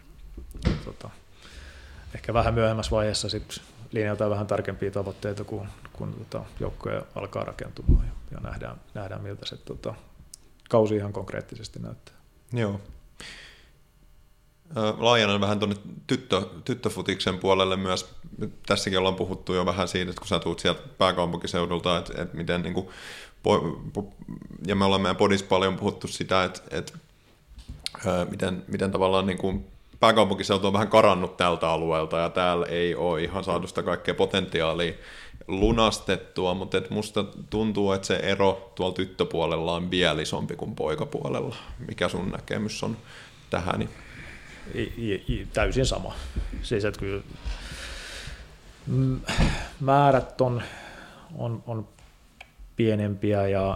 ehkä vähän myöhemmässä vaiheessa sitten linjataan vähän tarkempia tavoitteita, kun joukkoja alkaa rakentumaan ja nähdään miltä se kausi ihan konkreettisesti näyttää. Joo. Laajennan vähän tuonne tyttöfutiksen puolelle myös. Tässäkin ollaan puhuttu jo vähän siitä, että kun sä tulet sieltä pääkaupunkiseudulta, että miten niin kuin, ja me ollaan meidän podissa paljon puhuttu sitä, että miten tavallaan niin kuin pääkaupunkiseutu on vähän karannut tältä alueelta ja täällä ei ole ihan saatu sitä kaikkea potentiaalia lunastettua, mutta et musta tuntuu, että se ero tuolla tyttöpuolella on vielä isompi kuin poikapuolella. Mikä sun näkemys on tähän? Täysin sama. Siis, että kyllä määrät on pienempiä ja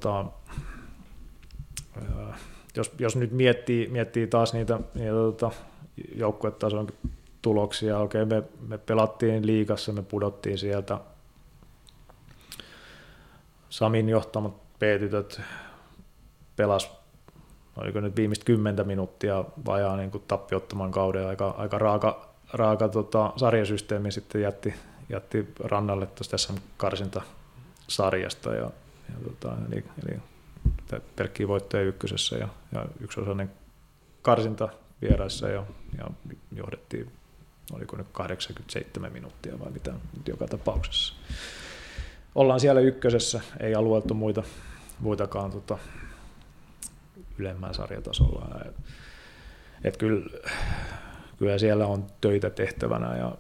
jos nyt miettii taas niitä joukkuetason tuloksia, okei, me pelattiin liigassa, me pudottiin sieltä. Samin johtamat B-tytöt pelas, oliko nyt viimeistä 10 minuuttia vajaa niin kuin tappiottoman kauden, aika raaka sarjasysteemi sitten jätti rannalle tuosta SM-karsintasarjasta eli pelkkiä voittoja ykkösessä ja yksiosainen karsinta vieraissa ja johdettiin, oliko nyt 87 minuuttia vai mitä joka tapauksessa. Ollaan siellä ykkösessä, ei alueelta muitakaan ylemmän sarjatasolla. Et kyllä siellä on töitä tehtävänä ja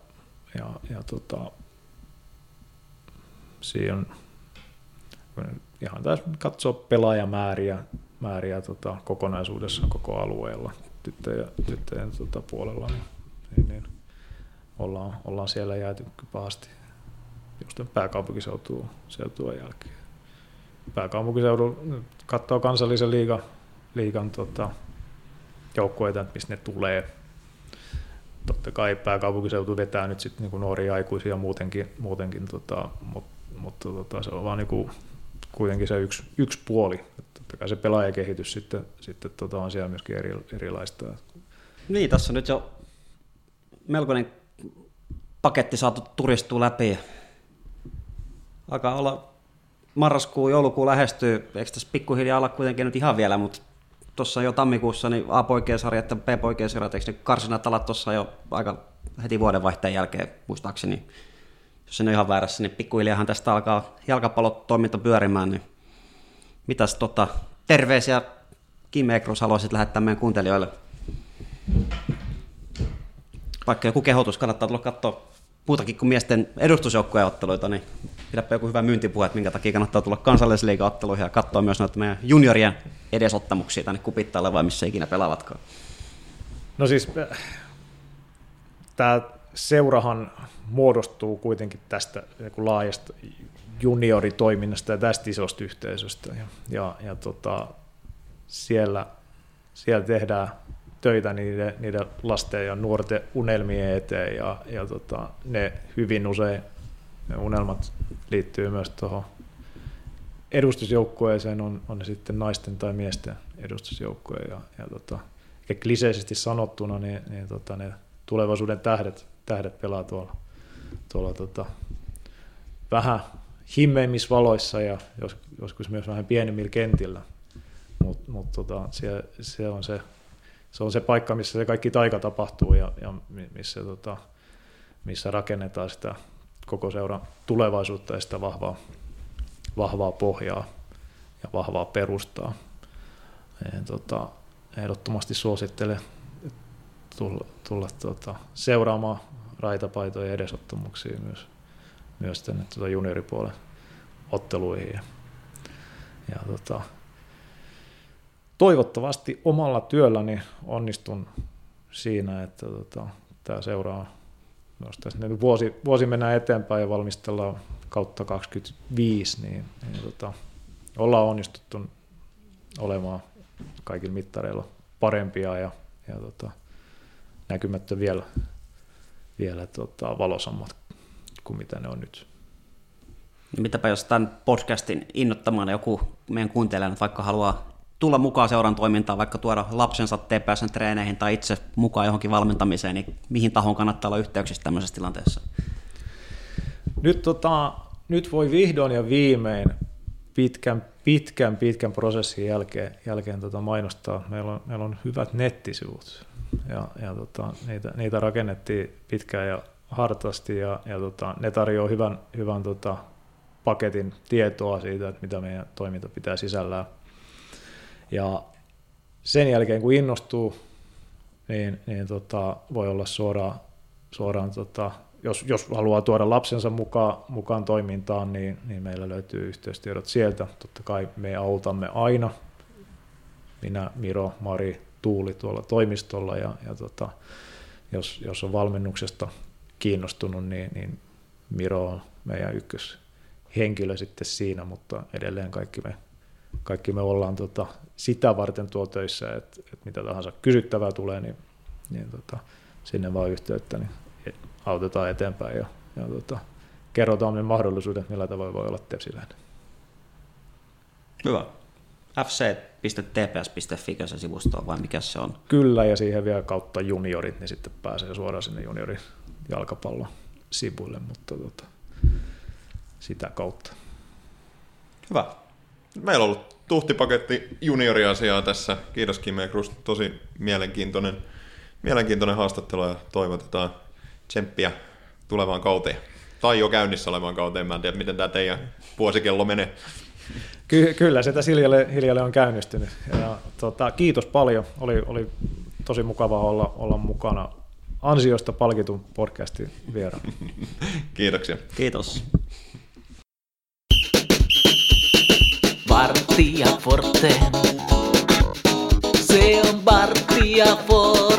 siinä on ihan taas katsoa pelaajamääriä kokonaisuudessaan koko alueella tyttöjen puolella, niin ollaan siellä jääty pahasti just pääkaupunkiseutua jälkeen. Pääkaupunkiseudulla katsoo kansallisen liigan joukkueita, että mistä ne tulee. Totta kai pääkaupunkiseutu vetää nyt sitten niinku nuoria aikuisia muutenkin mutta se on vaan niinku kuitenkin se yksi puoli. Totta kai se pelaajakehitys sitten on siellä myöskin erilaista. Niin, tässä on nyt jo melkoinen paketti saatu turistua läpi. Alkaa olla marraskuu, joulukuu lähestyy, eikö tässä pikkuhiljaa olla kuitenkin nyt ihan vielä, mutta tuossa jo tammikuussa niin A-poikien sarjat ja B-poikien sarjat, eikö ne karsinat alat tuossa jo aika heti vuodenvaihteen jälkeen muistaakseni, jos en ole ihan väärässä, niin pikkuhiljaahan tästä alkaa jalkapallotoiminta pyörimään, niin mitäs terveisiä Kim Ekrus haluaisit lähettää meidän kuuntelijoille? Vaikka joku kehotus, kannattaa tulla katsoa muutakin kuin miesten edustusjoukkueen otteluita, niin pidäpä joku hyvä myyntipuhe, että minkä takia kannattaa tulla kansallisliiga-otteluihin ja katsoa myös noita meidän juniorien edesottamuksia tänne Kupittaalle vai missä ikinä pelaavatkaan. No siis tämä seurahan muodostuu kuitenkin tästä laajasta junioritoiminnasta ja tästä isosta yhteisöstä ja siellä tehdään töitä niiden lasten ja nuorten unelmien eteen ja ne hyvin usein ne unelmat liittyy myös tuohon edustusjoukkueeseen, on ne sitten naisten tai miesten edustusjoukkueen ja kliseisesti sanottuna ne tulevaisuuden tähdet pelaa tuolla vähän himmeimmissä valoissa ja joskus myös vähän pienemmillä kentillä, mutta se on se paikka, missä se kaikki taika tapahtuu ja missä rakennetaan sitä koko seuran tulevaisuutta ja sitä vahvaa pohjaa ja vahvaa perustaa. Ehdottomasti suosittelen tulla seuraamaan raitapaitojen edesottamuksia myös tänne junioripuolen otteluihin. Ja toivottavasti omalla työlläni onnistun siinä, että tämä seuraa, jos tässä nyt vuosi mennään eteenpäin ja valmistellaan kautta 25, niin ollaan onnistuttu olemaan kaikilla mittareilla parempia ja näkymät vielä valoisammat kuin mitä ne on nyt. Mitäpä jos tämän podcastin innoittamana joku meidän kuuntelijana vaikka haluaa tulla mukaan seuran toimintaan, vaikka tuoda lapsensa TPS:n treeneihin tai itse mukaan johonkin valmentamiseen, niin mihin tahoon kannattaa olla yhteyksissä tämmöisessä tilanteessa? Nyt voi vihdoin ja viimein pitkän prosessin jälkeen mainostaa. Meillä on hyvät nettisivut ja niitä rakennettiin pitkään ja hartaasti ja ne tarjoaa hyvän paketin tietoa siitä, että mitä meidän toiminta pitää sisällään. Ja sen jälkeen kun innostuu, niin voi olla suoraan jos haluaa tuoda lapsensa mukaan toimintaan, niin meillä löytyy yhteystiedot sieltä. Totta kai me autamme aina, minä, Miro, Mari, Tuuli tuolla toimistolla, ja jos on valmennuksesta kiinnostunut, niin Miro on meidän ykköshenkilö sitten siinä, mutta edelleen kaikki me ollaan sitä varten tuo töissä, että mitä tahansa kysyttävää tulee, niin sinne vaan yhteyttä, niin autetaan eteenpäin ja kerrotaan ne mahdollisuudet, millä tavoin voi olla tepsiläinen. Hyvä. fc.tps.fi se sivusto vai mikä se on? Kyllä, ja siihen vielä kautta juniorit, niin sitten pääsee suoraan sinne juniorin jalkapallon sivuille, mutta sitä kautta. Hyvä. Meillä on ollut tuhtipaketti junioriasiaa tässä. Kiitos Kime Krust, tosi mielenkiintoinen haastattelu ja toivotetaan tsemppiä tulevaan kauteen. Tai jo käynnissä olevaan kauteen, mä en tiedä miten tämä teidän vuosikello menee. Kyllä, se tässä hiljalleen on käynnistynyt. Ja, kiitos paljon, oli tosi mukavaa olla mukana ansiosta palkitun podcastin vieraan. Kiitoksia. Kiitos. Vartija Forte, se on Vartija Forte.